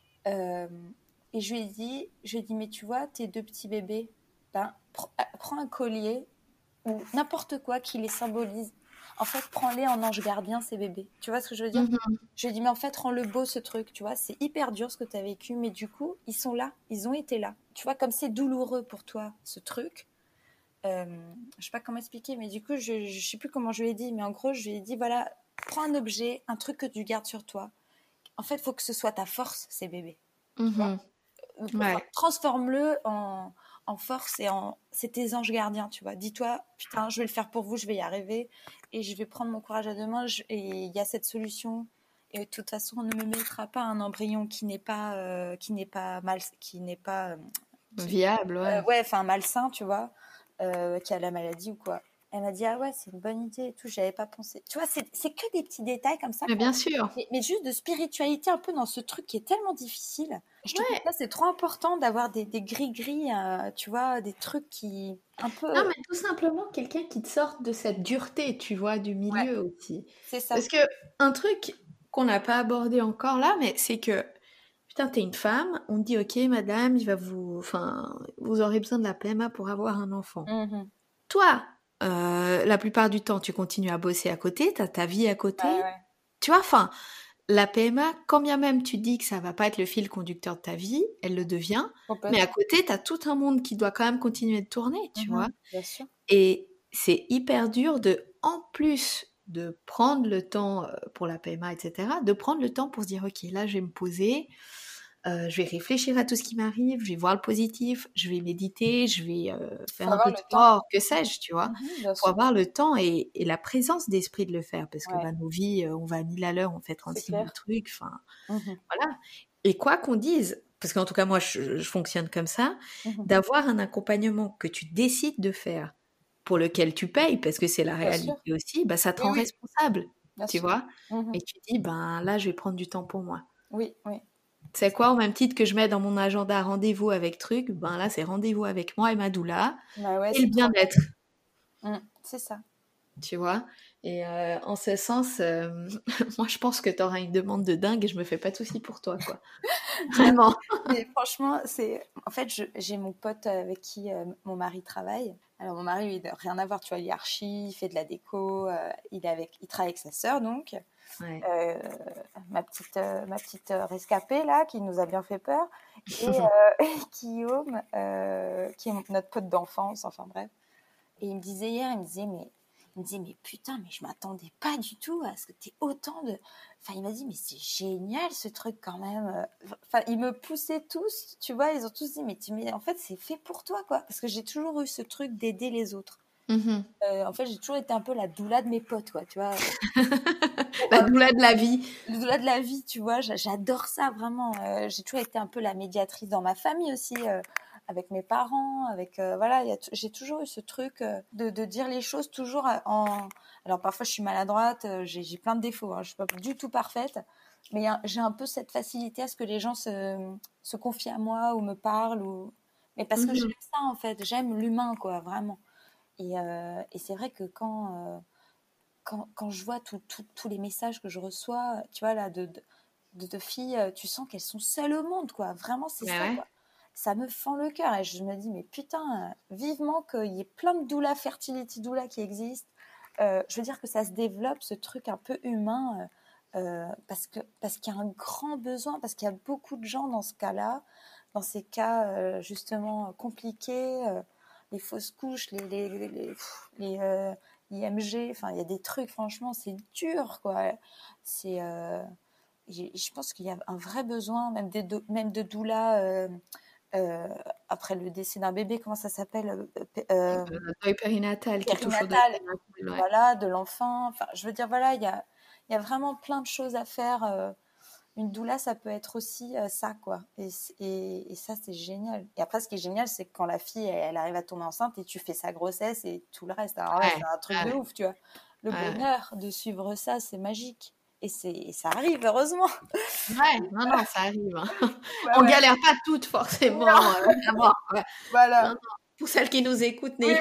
Et je lui ai dit, mais tu vois, tes 2 petits bébés, ben, prends un collier ou n'importe quoi qui les symbolise. En fait, prends-les en ange gardien, ces bébés. Tu vois ce que je veux dire? Je lui ai dit, mais en fait, rends-le beau, ce truc, tu vois. C'est hyper dur ce que tu as vécu, mais du coup, ils sont là. Ils ont été là. Tu vois, comme c'est douloureux pour toi, ce truc. Je sais pas comment expliquer, mais du coup, je sais plus comment je lui ai dit, mais en gros, je lui ai dit, voilà, prends un objet, un truc que tu gardes sur toi. En fait, il faut que ce soit ta force, ces bébés. Tu vois? Enfin, Ouais. transforme-le en force et c'est tes anges gardiens, tu vois. Dis-toi, putain, je vais le faire pour vous, je vais y arriver et je vais prendre mon courage à deux mains et il y a cette solution. Et de toute façon, on ne me mettra pas un embryon qui n'est pas mal, qui n'est pas Viable, ouais. ouais, enfin malsain, tu vois, qui a la maladie ou quoi. Elle m'a dit, ah ouais, c'est une bonne idée et tout, j'avais pas pensé. Tu vois, c'est que des petits détails comme ça. Mais bien sûr. Mais juste de spiritualité un peu dans ce truc qui est tellement difficile. Je trouve Ouais. que ça, c'est trop important d'avoir des gris-gris, tu vois, des trucs qui... un peu... Non, mais tout simplement quelqu'un qui te sorte de cette dureté, tu vois, du Ouais, milieu aussi. c'est ça. Parce que un truc qu'on n'a pas abordé encore là, mais c'est que, putain, t'es une femme, on te dit, ok, madame, enfin, vous aurez besoin de la PMA pour avoir un enfant. Mhm. Toi, la plupart du temps, tu continues à bosser à côté, t'as ta vie à côté. Ouais, ouais. Tu vois, enfin, la PMA, quand bien même tu dis que ça va pas être le fil conducteur de ta vie, elle le devient. Mais à côté, t'as tout un monde qui doit quand même continuer de tourner, tu vois. Bien sûr. Et c'est hyper dur de, en plus de prendre le temps pour la PMA, etc., de prendre le temps pour se dire, ok, là, je vais me poser, je vais réfléchir à tout ce qui m'arrive, je vais voir le positif, je vais méditer, je vais faire un avoir peu de le temps. sport, que sais-je, tu vois. Bien Faut sûr. avoir le temps et la présence d'esprit de le faire, parce que Ouais, bah, nos vies, on va à 1000 à l'heure, on fait c'est 36 000 clair. trucs, enfin, Mhm. voilà. Et quoi qu'on dise, parce qu'en tout cas, moi, je fonctionne comme ça, Mhm. d'avoir un accompagnement que tu décides de faire, pour lequel tu payes, parce que c'est la Bien sûr. réalité aussi, bah, ça te Oui, rend oui, responsable, bien tu sûr. vois. Mhm. Et tu dis, ben là, je vais prendre du temps pour moi. Oui, oui. C'est quoi, au même titre que je mets dans mon agenda rendez-vous avec truc, ben là, c'est rendez-vous avec moi et ma doula, Bah ouais, et le c'est trop bien-être, bien. C'est ça. tu vois. Et en ce sens, moi, je pense que tu auras une demande de dingue et je me fais pas de soucis pour toi, quoi. Vraiment. Mais franchement, en fait, j'ai mon pote avec qui mon mari travaille. Alors, mon mari, il n'a rien à voir, tu vois, il est archi, il fait de la déco, il travaille avec sa sœur, donc, Ouais. ma petite rescapée, là, qui nous a bien fait peur, et Guillaume, qui est notre pote d'enfance, enfin bref. Et il me disait hier, mais putain, mais je m'attendais pas du tout à ce que tu aies autant de... Enfin, il m'a dit, mais c'est génial ce truc quand même. Enfin, ils me poussaient tous, tu vois, ils ont tous dit, mais en fait, c'est fait pour toi, quoi. Parce que j'ai toujours eu ce truc d'aider les autres. En fait, j'ai toujours été un peu la doula de mes potes, quoi, tu vois. La doula de la vie. La doula de la vie, tu vois, j'adore ça, vraiment. J'ai toujours été un peu la médiatrice dans ma famille aussi. avec mes parents, avec voilà, j'ai toujours eu ce truc de dire les choses toujours alors parfois je suis maladroite, j'ai plein de défauts, hein, je suis pas du tout parfaite, mais j'ai un peu cette facilité à ce que les gens se confient à moi ou me parlent mais parce que j'aime ça en fait, j'aime l'humain quoi, vraiment. Et c'est vrai que quand je vois tous les messages que je reçois, tu vois là de filles, tu sens qu'elles sont seules au monde, quoi. Vraiment, c'est ça, quoi. Ça me fend le cœur et je me dis, mais putain, vivement qu'il y ait plein de doulas, fertility doulas qui existent. Je veux dire que ça se développe, ce truc un peu humain, parce qu'il y a un grand besoin, parce qu'il y a beaucoup de gens dans ce cas-là, dans ces cas justement compliqués, les fausses couches, les IMG, enfin, il y a des trucs, franchement, c'est dur, quoi. C'est... je pense qu'il y a un vrai besoin, même de doula après le décès d'un bébé, comment ça s'appelle deuil périnatal, qui touche au deuil périnatal, périnatal, voilà, de l'enfant. Enfin, je veux dire, voilà, il y a vraiment plein de choses à faire. Une doula, ça peut être aussi ça, quoi. Et ça, c'est génial. Et après, ce qui est génial, c'est que quand la fille, elle arrive à tomber enceinte et tu fais sa grossesse et tout le reste. Alors là, c'est un truc de ouf, tu vois. Le bonheur de suivre ça, c'est magique. Et ça arrive, heureusement. Ouais, non, ça arrive. Hein. On galère pas toutes forcément. Voilà. Non. Pour celles qui nous écoutent, oui.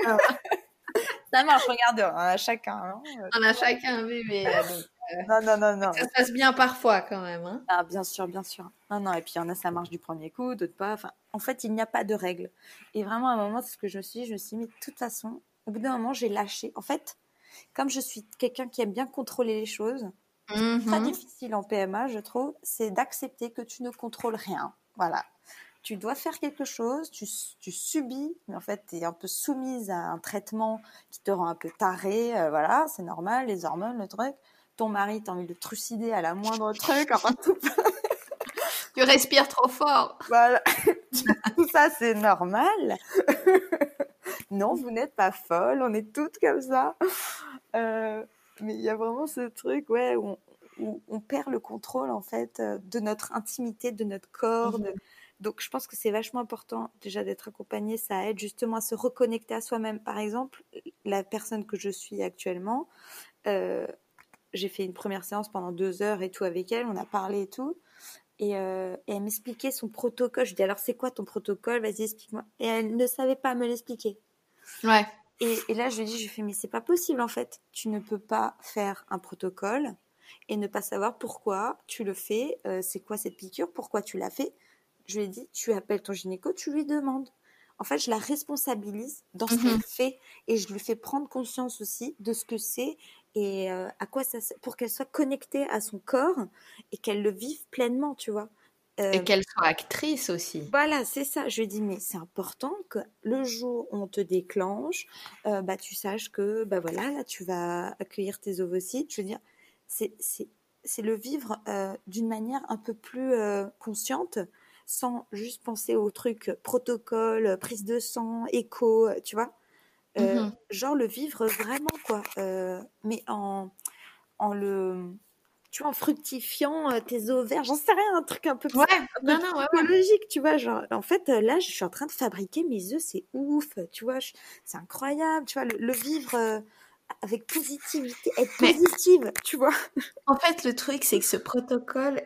Ça marche, regarde, on a chacun. Hein, on a chacun un bébé. Donc, non. Ça se passe bien parfois quand même. Hein. Ah, bien sûr. Non. Et puis il y en a, ça marche du premier coup, d'autres pas. Enfin, en fait, il n'y a pas de règle. Et vraiment, à un moment, c'est ce que je me suis dit, mais de toute façon, au bout d'un moment, j'ai lâché. En fait, comme je suis quelqu'un qui aime bien contrôler les choses, très difficile en PMA, je trouve, c'est d'accepter que tu ne contrôles rien. Voilà. Tu dois faire quelque chose, tu subis, mais en fait, tu es un peu soumise à un traitement qui te rend un peu taré. Voilà, c'est normal, les hormones, le truc. Ton mari, t'as envie de trucider à la moindre truc. Enfin, tout... Tu respires trop fort. Voilà. Tout ça, c'est normal. Non, vous n'êtes pas folle, on est toutes comme ça. Mais il y a vraiment ce truc, ouais, où on perd le contrôle, en fait, de notre intimité, de notre corps. Donc, je pense que c'est vachement important, déjà, d'être accompagné. Ça aide justement à se reconnecter à soi-même. Par exemple, la personne que je suis actuellement, j'ai fait une première séance pendant 2 heures et tout avec elle, on a parlé et tout. Et elle m'expliquait son protocole. Je dis, alors, c'est quoi ton protocole? Vas-y, explique-moi. Et elle ne savait pas me l'expliquer. Ouais. Et là, je lui ai dit, mais c'est pas possible en fait. Tu ne peux pas faire un protocole et ne pas savoir pourquoi tu le fais. C'est quoi cette piqûre? Pourquoi tu l'as fait? Je lui ai dit, tu appelles ton gynéco, tu lui demandes. En fait, je la responsabilise dans ce qu'elle fait et je lui fais prendre conscience aussi de ce que c'est et à quoi ça, pour qu'elle soit connectée à son corps et qu'elle le vive pleinement, tu vois. Et qu'elle soit actrice aussi. Voilà, c'est ça. Je dis, mais c'est important que le jour où on te déclenche, tu saches que, voilà, là, tu vas accueillir tes ovocytes. Je veux dire, c'est le vivre d'une manière un peu plus consciente, sans juste penser au truc protocole, prise de sang, écho, tu vois. Genre le vivre vraiment, quoi. Mais en le... Tu vois, en fructifiant tes ovaires, j'en sais rien, un truc un peu psychologique, tu vois, genre, en fait, là, je suis en train de fabriquer mes œufs, c'est ouf, tu vois, c'est incroyable, tu vois, le vivre avec positivité, être positive, tu vois. En fait, le truc, c'est que ce protocole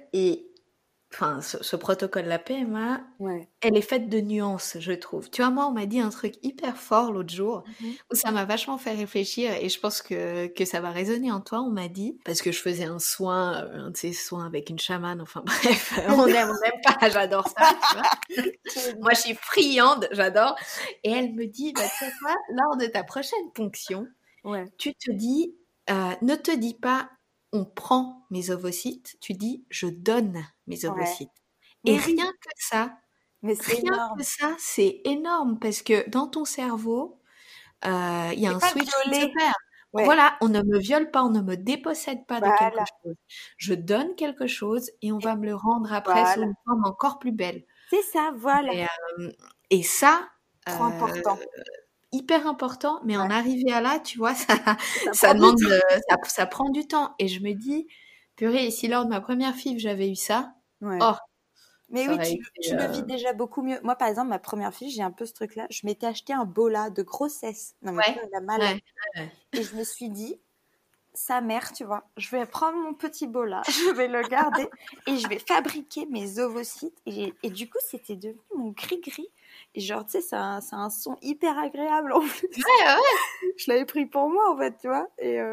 ce protocole, la PMA, elle est faite de nuances, je trouve. Tu vois, moi, on m'a dit un truc hyper fort l'autre jour, où ça m'a vachement fait réfléchir, et je pense que ça va résonner en toi. On m'a dit, parce que je faisais un de ces soins avec une chamane, enfin bref, on aime pas, j'adore ça, tu vois. Moi, je suis friande, j'adore. Et elle me dit, tu sais quoi, lors de ta prochaine ponction, tu te dis, ne te dis pas, on prend mes ovocytes, tu dis je donne mes ovocytes. Et rien que ça, c'est énorme parce que dans ton cerveau, il y a un switch qui s'opère. Voilà, on ne me viole pas, on ne me dépossède pas de quelque chose. Je donne quelque chose et on va me le rendre après sous une forme encore plus belle. C'est ça, voilà. Et ça, trop important. Hyper important, mais en arriver à là, tu vois, ça demande, ça prend du temps. Et je me dis, purée, si lors de ma première FIV, j'avais eu ça, Mais Ça oui, aurait tu été... le vis déjà beaucoup mieux. Moi, par exemple, ma première fille, j'ai un peu ce truc-là. Je m'étais acheté un bola de grossesse. Non, mais tu Ouais, vois, la malade. ouais, ouais. Et je me suis dit, sa mère, tu vois, je vais prendre mon petit bola, je vais le garder et je vais fabriquer mes ovocytes. Et du coup, c'était devenu mon gris-gris. Et genre, tu sais, ça a un son hyper agréable en plus. Ouais, ouais. Je l'avais pris pour moi, en fait, tu vois.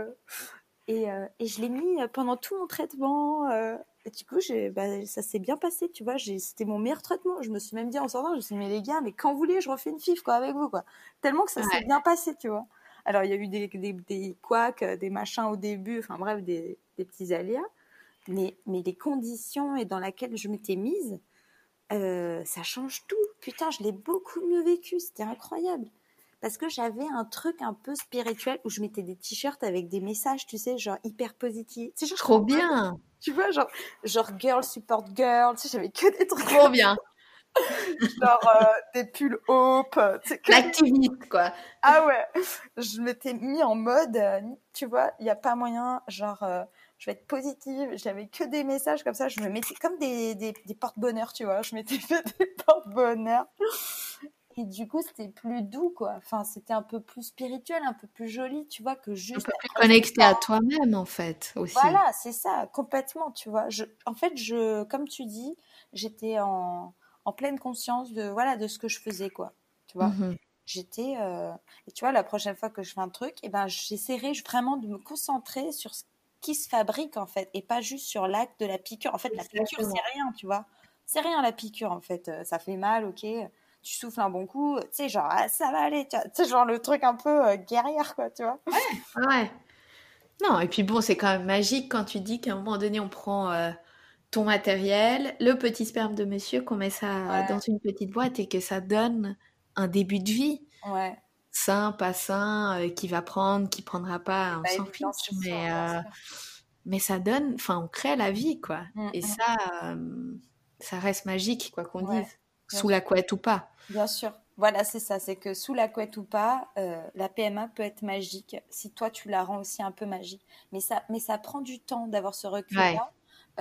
Et je l'ai mis pendant tout mon traitement. Et du coup, ça s'est bien passé, tu vois. C'était mon meilleur traitement. Je me suis même dit en sortant, je me suis dit, mais les gars, mais quand vous voulez, je refais une fif, quoi, avec vous, quoi. Tellement que ça s'est Ouais. bien passé, tu vois. Alors, il y a eu des couacs, des machins au début, enfin bref, des petits aléas. Mais les conditions et dans lesquelles je m'étais mise, ça change tout. Putain, je l'ai beaucoup mieux vécu. C'était incroyable. Parce que j'avais un truc un peu spirituel où je mettais des t-shirts avec des messages, tu sais, genre hyper positifs. Tu sais, genre, Trop bien. tu vois, genre girl support girl. Tu sais, j'avais que des trucs Trop bien. genre des pulls hope. Tu sais, L'activiste, quoi. Ah ouais, je m'étais mis en mode, tu vois, il n'y a pas moyen, genre, je vais être positive. J'avais que des messages comme ça. Je me mettais comme des porte-bonheur, tu vois. Je m'étais fait des porte-bonheur. Et du coup, c'était plus doux, quoi. Enfin, c'était un peu plus spirituel, un peu plus joli, tu vois, que Un juste peu plus rester connecté à toi-même, en fait, aussi. voilà, c'est ça, complètement, tu vois. En fait, comme tu dis, j'étais en pleine conscience de, voilà, de ce que je faisais, quoi. Tu vois. Mhm. Et tu vois, la prochaine fois que je fais un truc, eh ben, j'essaierai vraiment de me concentrer sur ce qui se fabrique, en fait, et pas juste sur l'acte de la piqûre. En fait, la piqûre, c'est Exactement. rien, tu vois. C'est rien, la piqûre, en fait. Ça fait mal, ok. Tu souffles un bon coup, tu sais, genre, ah, ça va aller, tu sais, genre le truc un peu guerrière, quoi, tu vois. Ouais. Non, et puis bon, c'est quand même magique quand tu dis qu'à un moment donné, on prend ton matériel, le petit sperme de monsieur, qu'on met ça dans Ouais, une petite boîte et que ça donne un début de vie. ouais. Sain, pas sain, qui va prendre, qui prendra pas, C'est on pas s'en évident, fiche, c'est sûr, bien sûr. mais ça donne, enfin, on crée la vie, quoi. Mm, Et mm. ça, ça reste magique, quoi qu'on Ouais, dise, bien sous la sûr. couette ou pas. Bien sûr. Voilà, c'est ça. C'est que sous la couette ou pas, la PMA peut être magique si toi tu la rends aussi un peu magique. Mais ça prend du temps d'avoir ce Ouais, recul-là.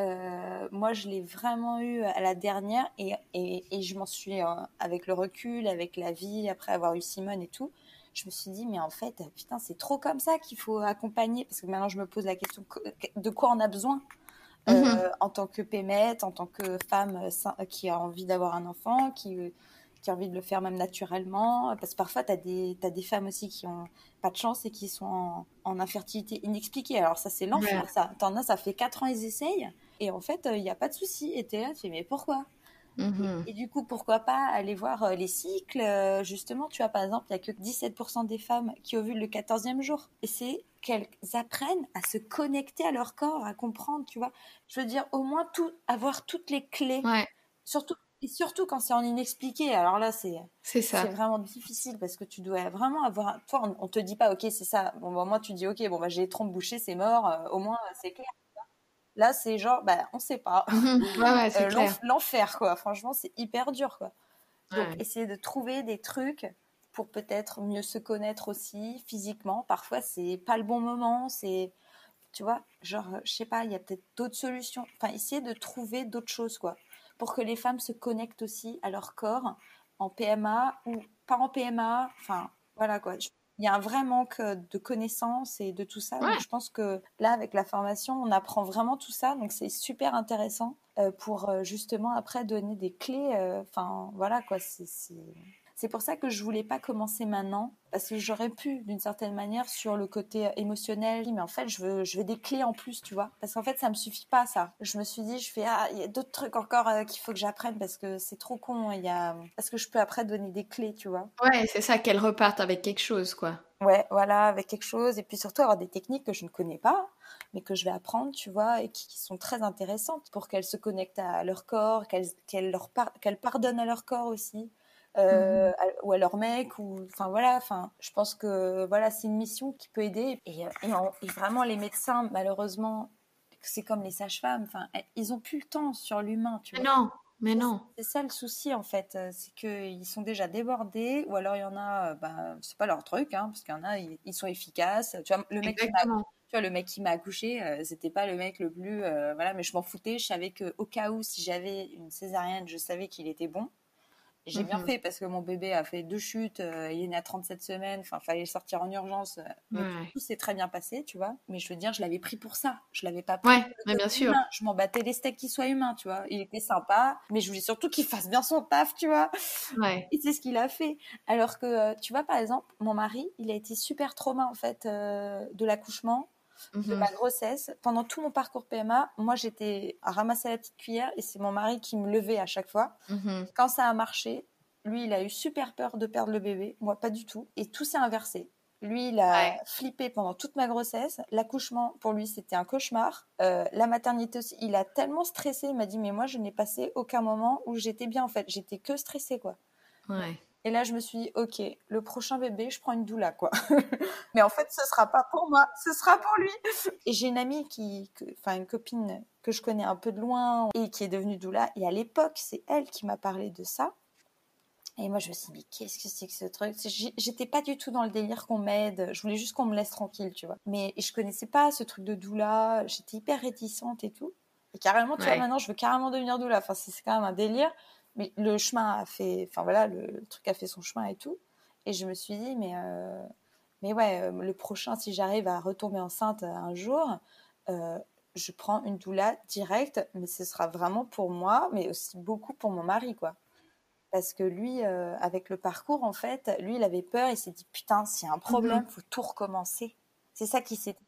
Moi, je l'ai vraiment eu à la dernière et je m'en suis, avec le recul, avec la vie, après avoir eu Simone et tout, je me suis dit, mais en fait, putain, c'est trop comme ça qu'il faut accompagner. Parce que maintenant, je me pose la question de quoi on a besoin mhm, en tant que pémette, en tant que femme qui a envie d'avoir un enfant, qui a envie de le faire même naturellement. Parce que parfois, t'as des femmes aussi qui ont pas de chance et qui sont en infertilité inexpliquée. Alors ça, c'est l'enfer, ouais, ça. T'en as, ça fait 4 ans, ils essayent. Et en fait, il n'y a pas de souci. Et t'es là, tu fais, mais pourquoi mhm. et du coup, pourquoi pas aller voir les cycles justement, tu vois, par exemple, il n'y a que 17% des femmes qui ovulent le 14e jour. Et c'est qu'elles apprennent à se connecter à leur corps, à comprendre, tu vois. Je veux dire, au moins avoir toutes les clés. Ouais, Surtout, et surtout quand c'est en inexpliqué. Alors là, c'est c'est ça. vraiment difficile parce que tu dois vraiment avoir. Toi, on te dit pas, ok, c'est ça. Bon, bah, moi, tu dis, ok, bon, bah, j'ai les trompes bouchées, c'est mort. Au moins, c'est clair. Là, c'est genre, bah, on sait pas. Mhm. Ouais, ouais, c'est clair. L'enfer, quoi. Franchement, c'est hyper dur, quoi. Donc, Ouais. essayer de trouver des trucs pour peut-être mieux se connaître aussi physiquement. Parfois, c'est pas le bon moment. Tu vois, genre, je sais pas, il y a peut-être d'autres solutions. Enfin, essayer de trouver d'autres choses, quoi, pour que les femmes se connectent aussi à leur corps en PMA ou pas en PMA. Enfin, voilà, quoi. Il y a un vrai manque de connaissances et de tout ça. Donc, Ouais. je pense que là, avec la formation, on apprend vraiment tout ça. Donc, c'est super intéressant pour justement après donner des clés. Enfin, voilà, quoi. C'est pour ça que je voulais pas commencer maintenant, parce que j'aurais pu, d'une certaine manière, sur le côté émotionnel, mais en fait, je veux des clés en plus, tu vois. Parce qu'en fait, ça me suffit pas, ça. Je me suis dit, il y a d'autres trucs encore qu'il faut que j'apprenne, parce que c'est trop con. Parce que je peux après donner des clés, tu vois. Ouais, c'est ça, qu'elle reparte avec quelque chose, quoi. Ouais, voilà, avec quelque chose. Et puis surtout, avoir des techniques que je ne connais pas, mais que je vais apprendre, tu vois, et qui sont très intéressantes pour qu'elles se connectent à leur corps, qu'elles pardonnent à leur corps aussi. Mhm. Ou à leur mec ou enfin voilà, enfin je pense que voilà, c'est une mission qui peut aider et vraiment les médecins, malheureusement, c'est comme les sages-femmes, enfin ils ont plus le temps sur l'humain, tu Mais vois. non, mais c'est non. c'est ça le souci en fait, c'est qu'ils sont déjà débordés ou alors il y en a, bah, c'est pas leur truc, hein, parce qu'il y en a, ils sont efficaces. Tu vois, le mec qui m'a, tu Exactement. vois, le mec qui m'a accouché, c'était pas le mec le plus, voilà, mais je m'en foutais. Je savais que au cas où, si j'avais une césarienne, je savais qu'il était bon. J'ai bien fait parce que mon bébé a fait 2 chutes, il est né à 37 semaines, enfin, fallait sortir en urgence, mais Ouais. tout s'est très bien passé, tu vois. Mais je veux dire, je l'avais pris pour ça. Je l'avais pas pris Ouais, pour le mais bien côté sûr. humain. Je m'en battais les steaks qu'il soit humain, tu vois. Il était sympa, mais je voulais surtout qu'il fasse bien son taf, tu vois. Ouais. Et c'est ce qu'il a fait. Alors que, tu vois, par exemple, mon mari, il a été super trauma, en fait, de l'accouchement, de Mhm. ma grossesse. Pendant tout mon parcours PMA, moi, j'étais à ramasser la petite cuillère et c'est mon mari qui me levait à chaque fois. Mhm. Quand ça a marché, lui, il a eu super peur de perdre le bébé. Moi, pas du tout. Et tout s'est inversé. Lui, il a Ouais. flippé pendant toute ma grossesse. L'accouchement, pour lui, c'était un cauchemar. La maternité aussi, il a tellement stressé. Il m'a dit, mais moi, je n'ai passé aucun moment où j'étais bien, en fait. J'étais que stressée, quoi. Ouais. Et là, je me suis dit, ok, le prochain bébé, je prends une doula, quoi. Mais en fait, ce sera pas pour moi, ce sera pour lui. Et j'ai une amie enfin, une copine que je connais un peu de loin et qui est devenue doula. Et à l'époque, c'est elle qui m'a parlé de ça. Et moi, je me suis dit, mais qu'est-ce que c'est que ce truc? J'étais pas du tout dans le délire qu'on m'aide. Je voulais juste qu'on me laisse tranquille, tu vois. Mais je connaissais pas ce truc de doula. J'étais hyper réticente et tout. Et carrément, tu vois, Ouais. maintenant, je veux carrément devenir doula. Enfin, c'est quand même un délire. Mais le chemin a fait, enfin voilà, le truc a fait son chemin et tout. Et je me suis dit, mais ouais, le prochain, si j'arrive à retomber enceinte un jour, euh, je prends une doula directe, mais ce sera vraiment pour moi, mais aussi beaucoup pour mon mari, quoi. Parce que lui, avec le parcours, en fait, lui, il avait peur. Il s'est dit, putain, s'il y a un problème, Mhm. faut tout recommencer. C'est ça qui s'est.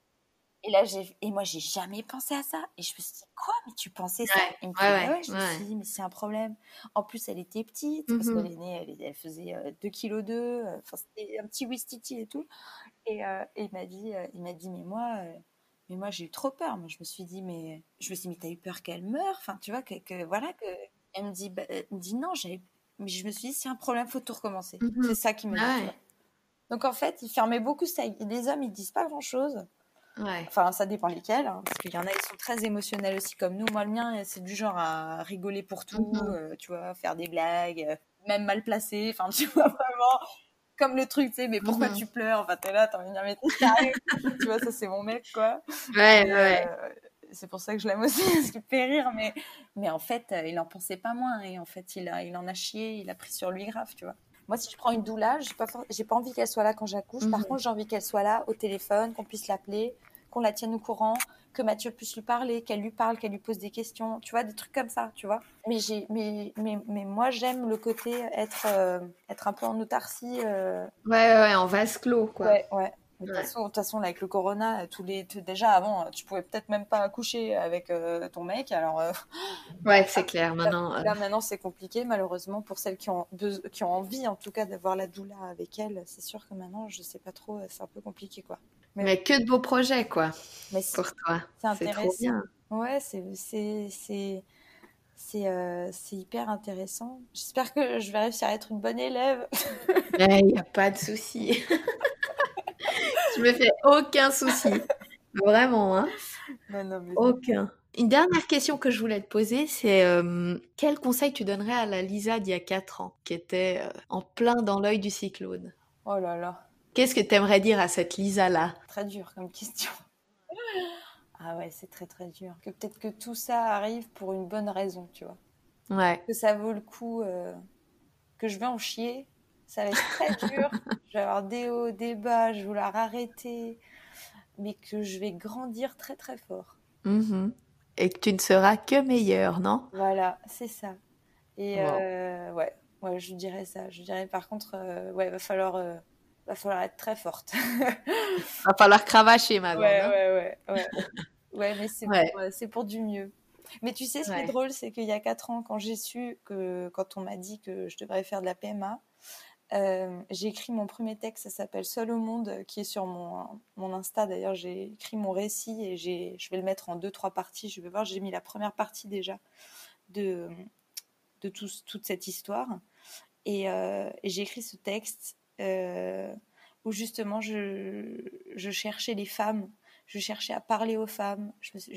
Et moi, j'ai jamais pensé à ça. Et je me suis dit, quoi? Mais tu pensais ça? Ouais. Il me fait, Ouais, bah ouais, ouais. Je me ouais. suis dit, mais c'est un problème. En plus, elle était petite, parce qu'elle Mhm. est née, elle faisait 2,2 kg. Enfin, c'était un petit Wistiti et tout. Et il m'a dit, mais moi, j'ai eu trop peur. Mais je me suis dit, mais t'as eu peur qu'elle meure? Enfin, tu vois, voilà, que. Elle me dit, non, mais je me suis dit, c'est un problème, faut tout recommencer. C'est Mhm. ça qu'il m'a dit, tu Ouais. vois. Donc, en fait, il fermait beaucoup ça. Les hommes, ils disent pas grand-chose. Ouais. Enfin, ça dépend lesquels, hein, parce qu'il y en a, ils sont très émotionnels aussi, comme nous. Moi, le mien, c'est du genre à rigoler pour tout, Mhm. tu vois, faire des blagues, même mal placées. Enfin, tu vois, vraiment, comme le truc, tu sais, mais pourquoi Mhm. tu pleures? Enfin, t'es là, t'as envie de dire, mais t'es sérieux? Tu vois, ça, c'est mon mec, quoi. Ouais, Et ouais. c'est pour ça que je l'aime aussi, parce qu'il fait rire, mais en fait, il en pensait pas moins. Et en fait, il en a chié, il a pris sur lui grave, tu vois. Moi, si je prends une doula, j'ai pas envie qu'elle soit là quand j'accouche. Par Mhm. contre, j'ai envie qu'elle soit là au téléphone, qu'on puisse l'appeler, qu'on la tienne au courant, que Mathieu puisse lui parler, qu'elle lui parle, qu'elle lui pose des questions, tu vois, des trucs comme ça, tu vois. Mais moi, j'aime le côté être un peu en autarcie. Ouais, ouais, ouais, en vase clos, quoi. Ouais, ouais. Mais Ouais. de toute façon, là, avec le corona, déjà avant, tu pouvais peut-être même pas accoucher avec ton mec. Alors Ouais, c'est clair, là, maintenant. maintenant, c'est compliqué, malheureusement, pour celles qui ont envie, en tout cas, d'avoir la doula avec elles. C'est sûr que maintenant, je sais pas trop, c'est un peu compliqué, quoi. Mais bon, Mais que de beaux projets, quoi, mais pour toi. c'est C'est trop intéressant. bien. Ouais, c'est hyper intéressant. J'espère que je vais réussir à être une bonne élève. Il n'y a pas de souci. Je me fais aucun souci. Vraiment, hein. Non, non, mais Aucun. Une dernière question que je voulais te poser, c'est quel conseil tu donnerais à la Lisa d'il y a 4 ans, qui était en plein dans l'œil du cyclone? oh là là, Qu'est-ce que tu aimerais dire à cette Lisa-là? très dur comme question. Ah ouais, c'est très très dur. Que peut-être que tout ça arrive pour une bonne raison, tu vois. Ouais. Que ça vaut le coup, que je vais en chier. Ça va être très dur. Je vais avoir des hauts, des bas, je vais vouloir arrêter. Mais que je vais grandir très très fort. Mhm. Et que tu ne seras que meilleure, non? Voilà, c'est ça. Et Wow. ouais, ouais, je dirais ça. Je dirais par contre, ouais, va falloir être très forte. Va falloir cravacher, ma grande, Ouais, hein? ouais, ouais, ouais. Ouais, mais Ouais. c'est pour du mieux. Mais tu sais, ce qui est Ouais. drôle, c'est qu'il y a 4 ans, quand j'ai su quand on m'a dit que je devrais faire de la PMA, j'ai écrit mon premier texte, ça s'appelle Seul au monde, qui est sur mon Insta. D'ailleurs, j'ai écrit mon récit et je vais le mettre en 2, 3 parties. Je vais voir, j'ai mis la première partie déjà de, toute cette histoire. Et j'ai écrit ce texte où justement je cherchais les femmes, je cherchais à parler aux femmes.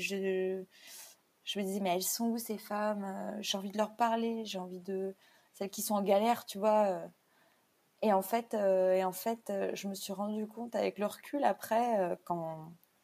Je me disais, mais elles sont où ces femmes? J'ai envie de leur parler, j'ai envie de. Celles qui sont en galère, tu vois. Et en fait, je me suis rendu compte avec le recul après,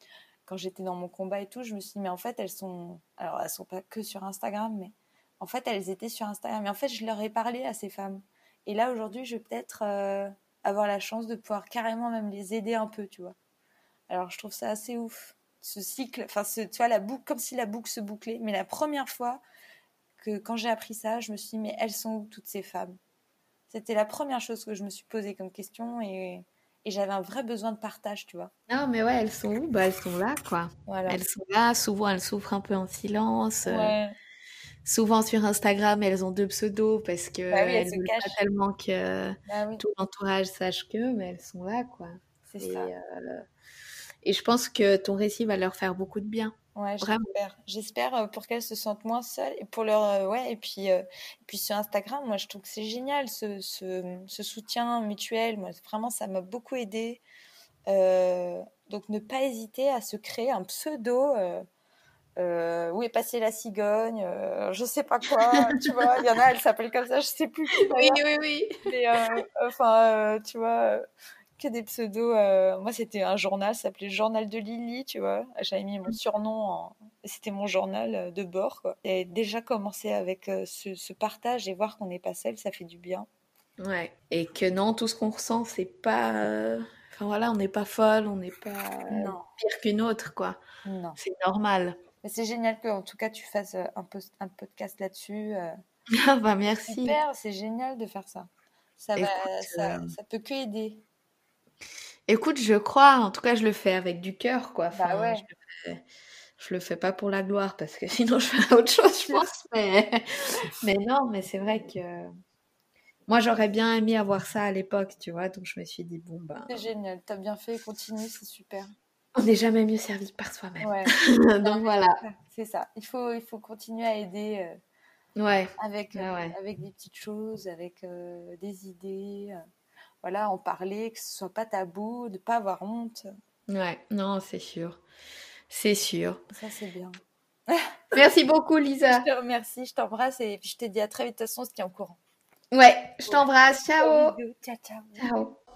quand j'étais dans mon combat et tout, je me suis dit, mais en fait, elles sont pas que sur Instagram, mais en fait, elles étaient sur Instagram. Et en fait, je leur ai parlé à ces femmes. Et là, aujourd'hui, je vais peut-être avoir la chance de pouvoir carrément même les aider un peu, tu vois. Alors, je trouve ça assez ouf. Ce cycle, enfin, tu vois, la boucle, comme si la boucle se bouclait. Mais la première fois que, quand j'ai appris ça, je me suis dit, mais elles sont où toutes ces femmes? C'était la première chose que je me suis posée comme question et j'avais un vrai besoin de partage, tu vois. Non, mais ouais, elles sont où? Bah, elles sont là, quoi. Voilà. Elles sont là, souvent elles souffrent un peu en silence. Ouais. Souvent sur Instagram, elles ont deux pseudos parce que Bah oui, elles elles se veulent pas cachent. tellement que Bah oui, tout l'entourage sache que, mais elles sont là, quoi. c'est ça. Et je pense que ton récit va leur faire beaucoup de bien. Ouais, Vraiment. j'espère. J'espère pour qu'elles se sentent moins seules et pour leur ouais et puis sur Instagram, moi je trouve que c'est génial ce soutien mutuel. Moi vraiment ça m'a beaucoup aidé. Donc ne pas hésiter à se créer un pseudo. Où est passée la cigogne, je sais pas quoi, tu vois. Il y en a, elles s'appellent comme ça, je sais plus qui Oui, d'ailleurs. oui, oui. Mais enfin, tu vois, que des pseudos. Moi, c'était un journal, ça s'appelait Journal de Lily, tu vois. J'avais mis mon surnom c'était mon journal de bord, quoi. Et déjà commencer avec ce partage et voir qu'on n'est pas seul, ça fait du bien. Ouais. Et que non, tout ce qu'on ressent, c'est pas. Enfin voilà, on n'est pas folle, on n'est pas Non, pire qu'une autre, quoi. non. C'est normal. Mais c'est génial que, en tout cas, tu fasses un podcast là-dessus. Ah bah merci. Super, c'est génial de faire ça. Ça va, Écoute, ça peut que aider. écoute, je crois, en tout cas, je le fais avec du cœur, quoi. Bah Enfin, ouais, je le fais pas pour la gloire parce que sinon je ferais autre chose, je pense. Mais non, mais c'est vrai que moi j'aurais bien aimé avoir ça à l'époque, tu vois. Donc je me suis dit bon ben, c'est génial. T'as bien fait, continue, c'est super. on n'est jamais mieux servi que par soi-même. Ouais, non, Donc mais voilà. c'est ça. Il faut continuer à aider Ouais, avec, ouais, ouais, avec des petites choses, avec des idées. Voilà, en parler, que ce soit pas tabou, de pas avoir honte. ouais. Non, c'est sûr, c'est sûr. Ça, c'est bien. Merci beaucoup, Je Lisa. te remercie, je t'embrasse et puis je te dis à très vite. De toute façon, on se tient au courant. Ouais, je t'embrasse. Gros Ciao. bisous, ciao, ciao. Ciao.